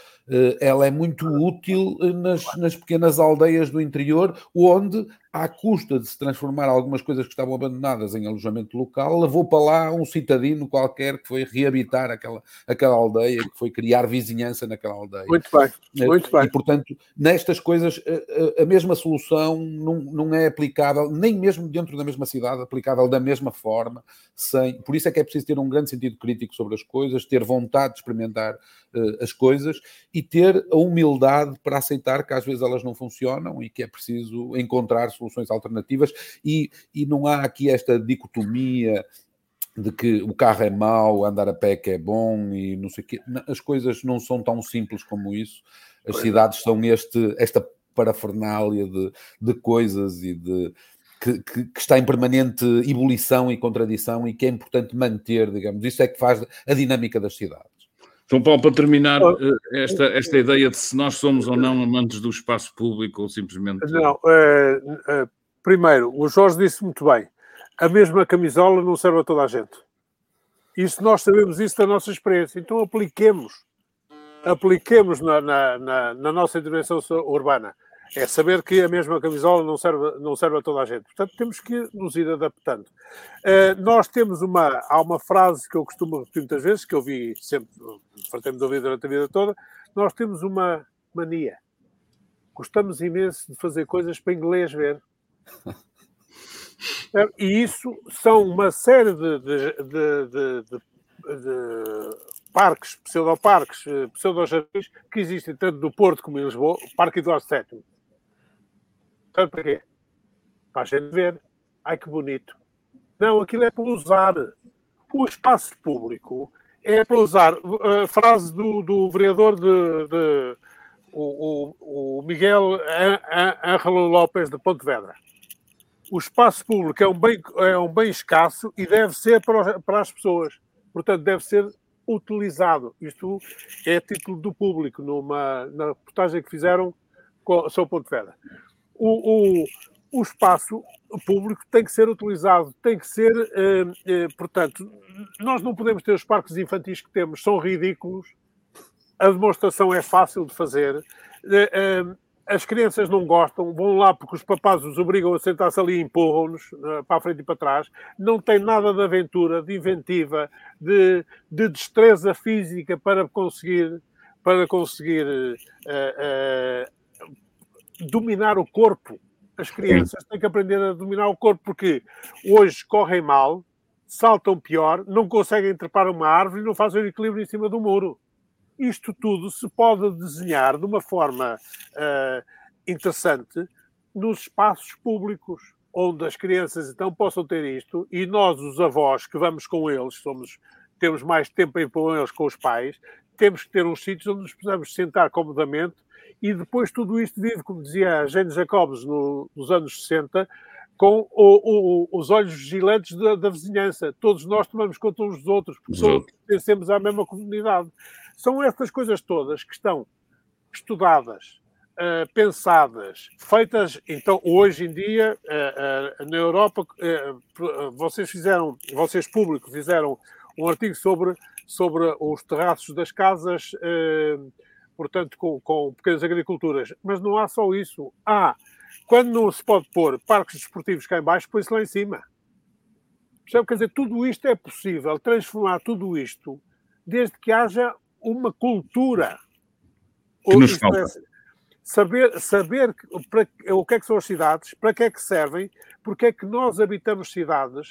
C: ela é muito útil nas, nas pequenas aldeias do interior, onde, à custa de se transformar algumas coisas que estavam abandonadas em alojamento local, levou para lá um citadino qualquer que foi reabitar aquela, aquela aldeia, que foi criar vizinhança naquela aldeia.
B: Muito bem, muito bem.
C: E, portanto, nestas coisas, a, a mesma solução não, não é aplicável, nem mesmo dentro da mesma cidade, aplicável da mesma forma, sem... Por isso é que é preciso ter um grande sentido crítico sobre as coisas, ter vontade de experimentar uh, as coisas e ter a humildade para aceitar que às vezes elas não funcionam e que é preciso encontrar soluções alternativas e, e não há aqui esta dicotomia de que o carro é mau, andar a pé que é bom e não sei o quê. As coisas não são tão simples como isso. As cidades são este, esta parafernália de, de coisas e de... Que, que, que está em permanente ebulição e contradição e que é importante manter, digamos. Isso é que faz a dinâmica das cidades.
A: João Paulo, para terminar, esta, esta ideia de se nós somos ou não amantes do espaço público ou simplesmente...
B: Não, é, é, primeiro, o Jorge disse muito bem, a mesma camisola não serve a toda a gente. Isso nós sabemos isso da nossa experiência, então apliquemos, apliquemos na, na, na, na nossa intervenção urbana. É saber que a mesma camisola não serve, não serve a toda a gente. Portanto, temos que nos ir adaptando. Uh, nós temos uma... Há uma frase que eu costumo repetir muitas vezes, que eu vi sempre, fartei-me de ouvir durante a vida toda. Nós temos uma mania. Gostamos imenso de fazer coisas para inglês ver. E isso são uma série de, de, de, de, de, de parques, pseudoparques, pseudojardins, que existem tanto no Porto como em Lisboa, o Parque Eduardo sétimo. Sabe para quê? Para a gente ver. Ai, que bonito. Não, aquilo é para usar. O espaço público é para usar. A frase do, do vereador de, de o, o, o Miguel Ângelo Lopes de Pontevedra. O espaço público é um bem, é um bem escasso e deve ser para, para as pessoas. Portanto, deve ser utilizado. Isto é a título do público, numa, na reportagem que fizeram com a São Pontevedra. O, o, o espaço público tem que ser utilizado, tem que ser, eh, eh, portanto, nós não podemos ter os parques infantis que temos, são ridículos, a demonstração é fácil de fazer, eh, eh, as crianças não gostam, vão lá porque os papás os obrigam a sentar-se ali e empurram-nos eh, para a frente e para trás, não tem nada de aventura, de inventiva, de, de destreza física para conseguir, para conseguir eh, eh, dominar o corpo. As crianças têm que aprender a dominar o corpo, porque hoje correm mal, saltam pior, não conseguem trepar uma árvore e não fazem o equilíbrio em cima do muro. Isto tudo se pode desenhar de uma forma uh, interessante nos espaços públicos, onde as crianças então possam ter isto, e nós, os avós, que vamos com eles, somos, temos mais tempo a ir com eles, com os pais, temos que ter uns sítios onde nos podemos sentar comodamente. E depois tudo isto vive, como dizia a Jane Jacobs no, nos anos sessenta, com o, o, os olhos vigilantes da, da vizinhança. Todos nós tomamos conta uns dos outros, porque todos pertencemos à mesma comunidade. São estas coisas todas que estão estudadas, uh, pensadas, feitas. Então, hoje em dia, uh, uh, na Europa, uh, vocês fizeram, vocês públicos fizeram um artigo sobre, sobre os terraços das casas, uh, portanto, com, com pequenas agriculturas. Mas não há só isso. Há, quando não se pode pôr parques desportivos cá em baixo, põe-se lá em cima. Percebe? Quer dizer, tudo isto é possível, transformar tudo isto, desde que haja uma cultura.
A: Que nos falta.
B: Saber, saber para, o que é que são as cidades, para que é que servem, porque é que nós habitamos cidades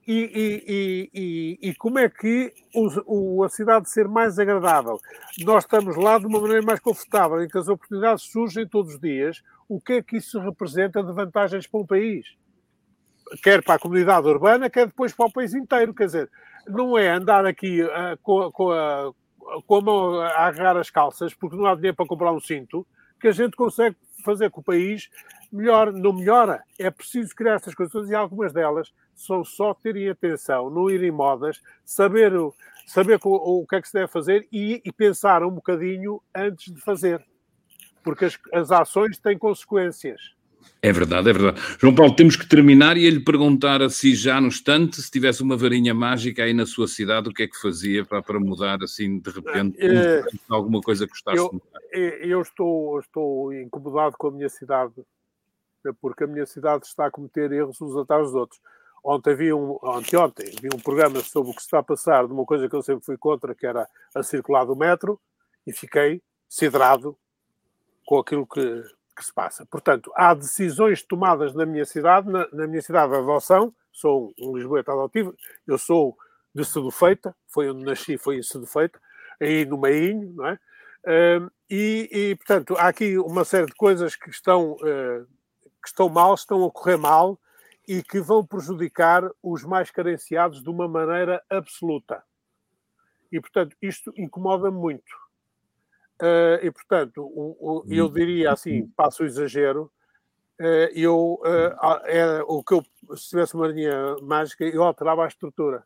B: e, e, e, e, e como é que o, o, a cidade ser mais agradável? Nós estamos lá de uma maneira mais confortável, em que as oportunidades surgem todos os dias. O que é que isso representa de vantagens para um país? Quer para a comunidade urbana, quer depois para o país inteiro. Quer dizer, não é andar aqui uh, com, com, a, com a mão a agarrar as calças, porque não há dinheiro para comprar um cinto, que a gente consegue fazer com o país melhor, não melhora. É preciso criar estas coisas, e algumas delas são só terem atenção, não irem modas, saber, saber o, o que é que se deve fazer e, e pensar um bocadinho antes de fazer. Porque as, as ações têm consequências.
A: É verdade, é verdade. João Paulo, temos que terminar e ele perguntar a si já no instante, se tivesse uma varinha mágica aí na sua cidade, o que é que fazia para, para mudar assim de repente, é, alguma coisa que gostasse
B: eu,
A: de mudar?
B: Eu estou, estou incomodado com a minha cidade, porque a minha cidade está a cometer erros uns atrás dos outros. Ontem havia um, ontem, vi um programa sobre o que se está a passar de uma coisa que eu sempre fui contra, que era a circular do metro, e fiquei siderado com aquilo que, que se passa. Portanto, há decisões tomadas na minha cidade, na, na minha cidade de adoção, sou um lisboeta adotivo, eu sou de Sedufeita, foi onde nasci, foi em Sedufeita, aí no Meinho, não é? Uh, e, e, portanto, há aqui uma série de coisas que estão, uh, que estão mal, estão a correr mal, e que vão prejudicar os mais carenciados de uma maneira absoluta. E, portanto, isto incomoda-me muito. Uh, e, portanto, o, o, eu diria assim, passo o exagero, uh, eu, uh, era o que eu, se tivesse uma linha mágica, eu alterava a estrutura.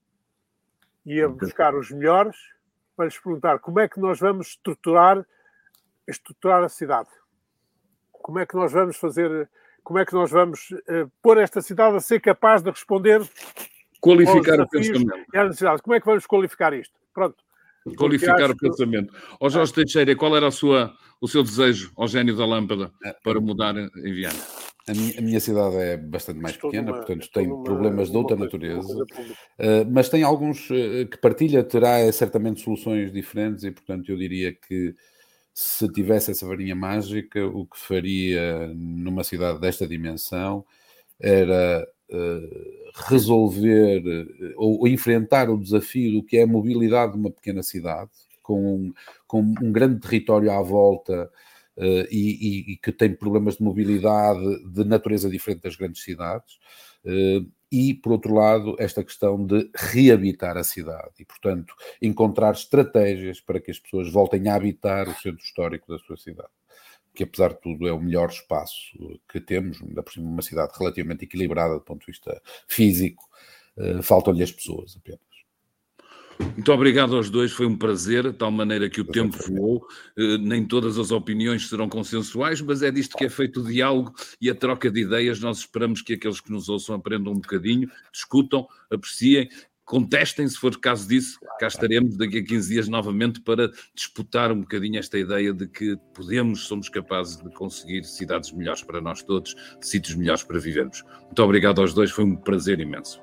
B: Ia buscar os melhores para lhes perguntar como é que nós vamos estruturar, estruturar a cidade. Como é que nós vamos fazer... Como é que nós vamos uh, pôr esta cidade a ser capaz de responder
A: qualificar o pensamento.
B: Como é que vamos qualificar isto? Pronto.
A: Qualificar o pensamento. Ó Jorge Teixeira, qual era a sua, o seu desejo, ao gênio da lâmpada, para mudar em Viana?
C: A minha, a minha cidade é bastante mais estou pequena, numa, portanto tem numa, problemas de outra natureza, uh, mas tem alguns uh, que partilha, terá certamente soluções diferentes e, portanto, eu diria que se tivesse essa varinha mágica, o que faria numa cidade desta dimensão era uh, resolver uh, ou, ou enfrentar o desafio do que é a mobilidade de uma pequena cidade, com um, com um grande território à volta uh, e, e, e que tem problemas de mobilidade de natureza diferente das grandes cidades. Uh, E, por outro lado, esta questão de reabitar a cidade e, portanto, encontrar estratégias para que as pessoas voltem a habitar o centro histórico da sua cidade, que, apesar de tudo, é o melhor espaço que temos, ainda por cima uma cidade relativamente equilibrada do ponto de vista físico, uh, faltam-lhe as pessoas apenas.
A: Muito obrigado aos dois, foi um prazer, de tal maneira que o tempo voou, nem todas as opiniões serão consensuais, mas é disto que é feito o diálogo e a troca de ideias. Nós esperamos que aqueles que nos ouçam aprendam um bocadinho, discutam, apreciem, contestem, se for caso disso. Cá estaremos daqui a quinze dias novamente para disputar um bocadinho esta ideia de que podemos, somos capazes de conseguir cidades melhores para nós todos, sítios melhores para vivermos. Muito obrigado aos dois, foi um prazer imenso.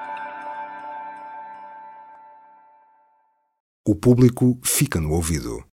D: O público fica no ouvido.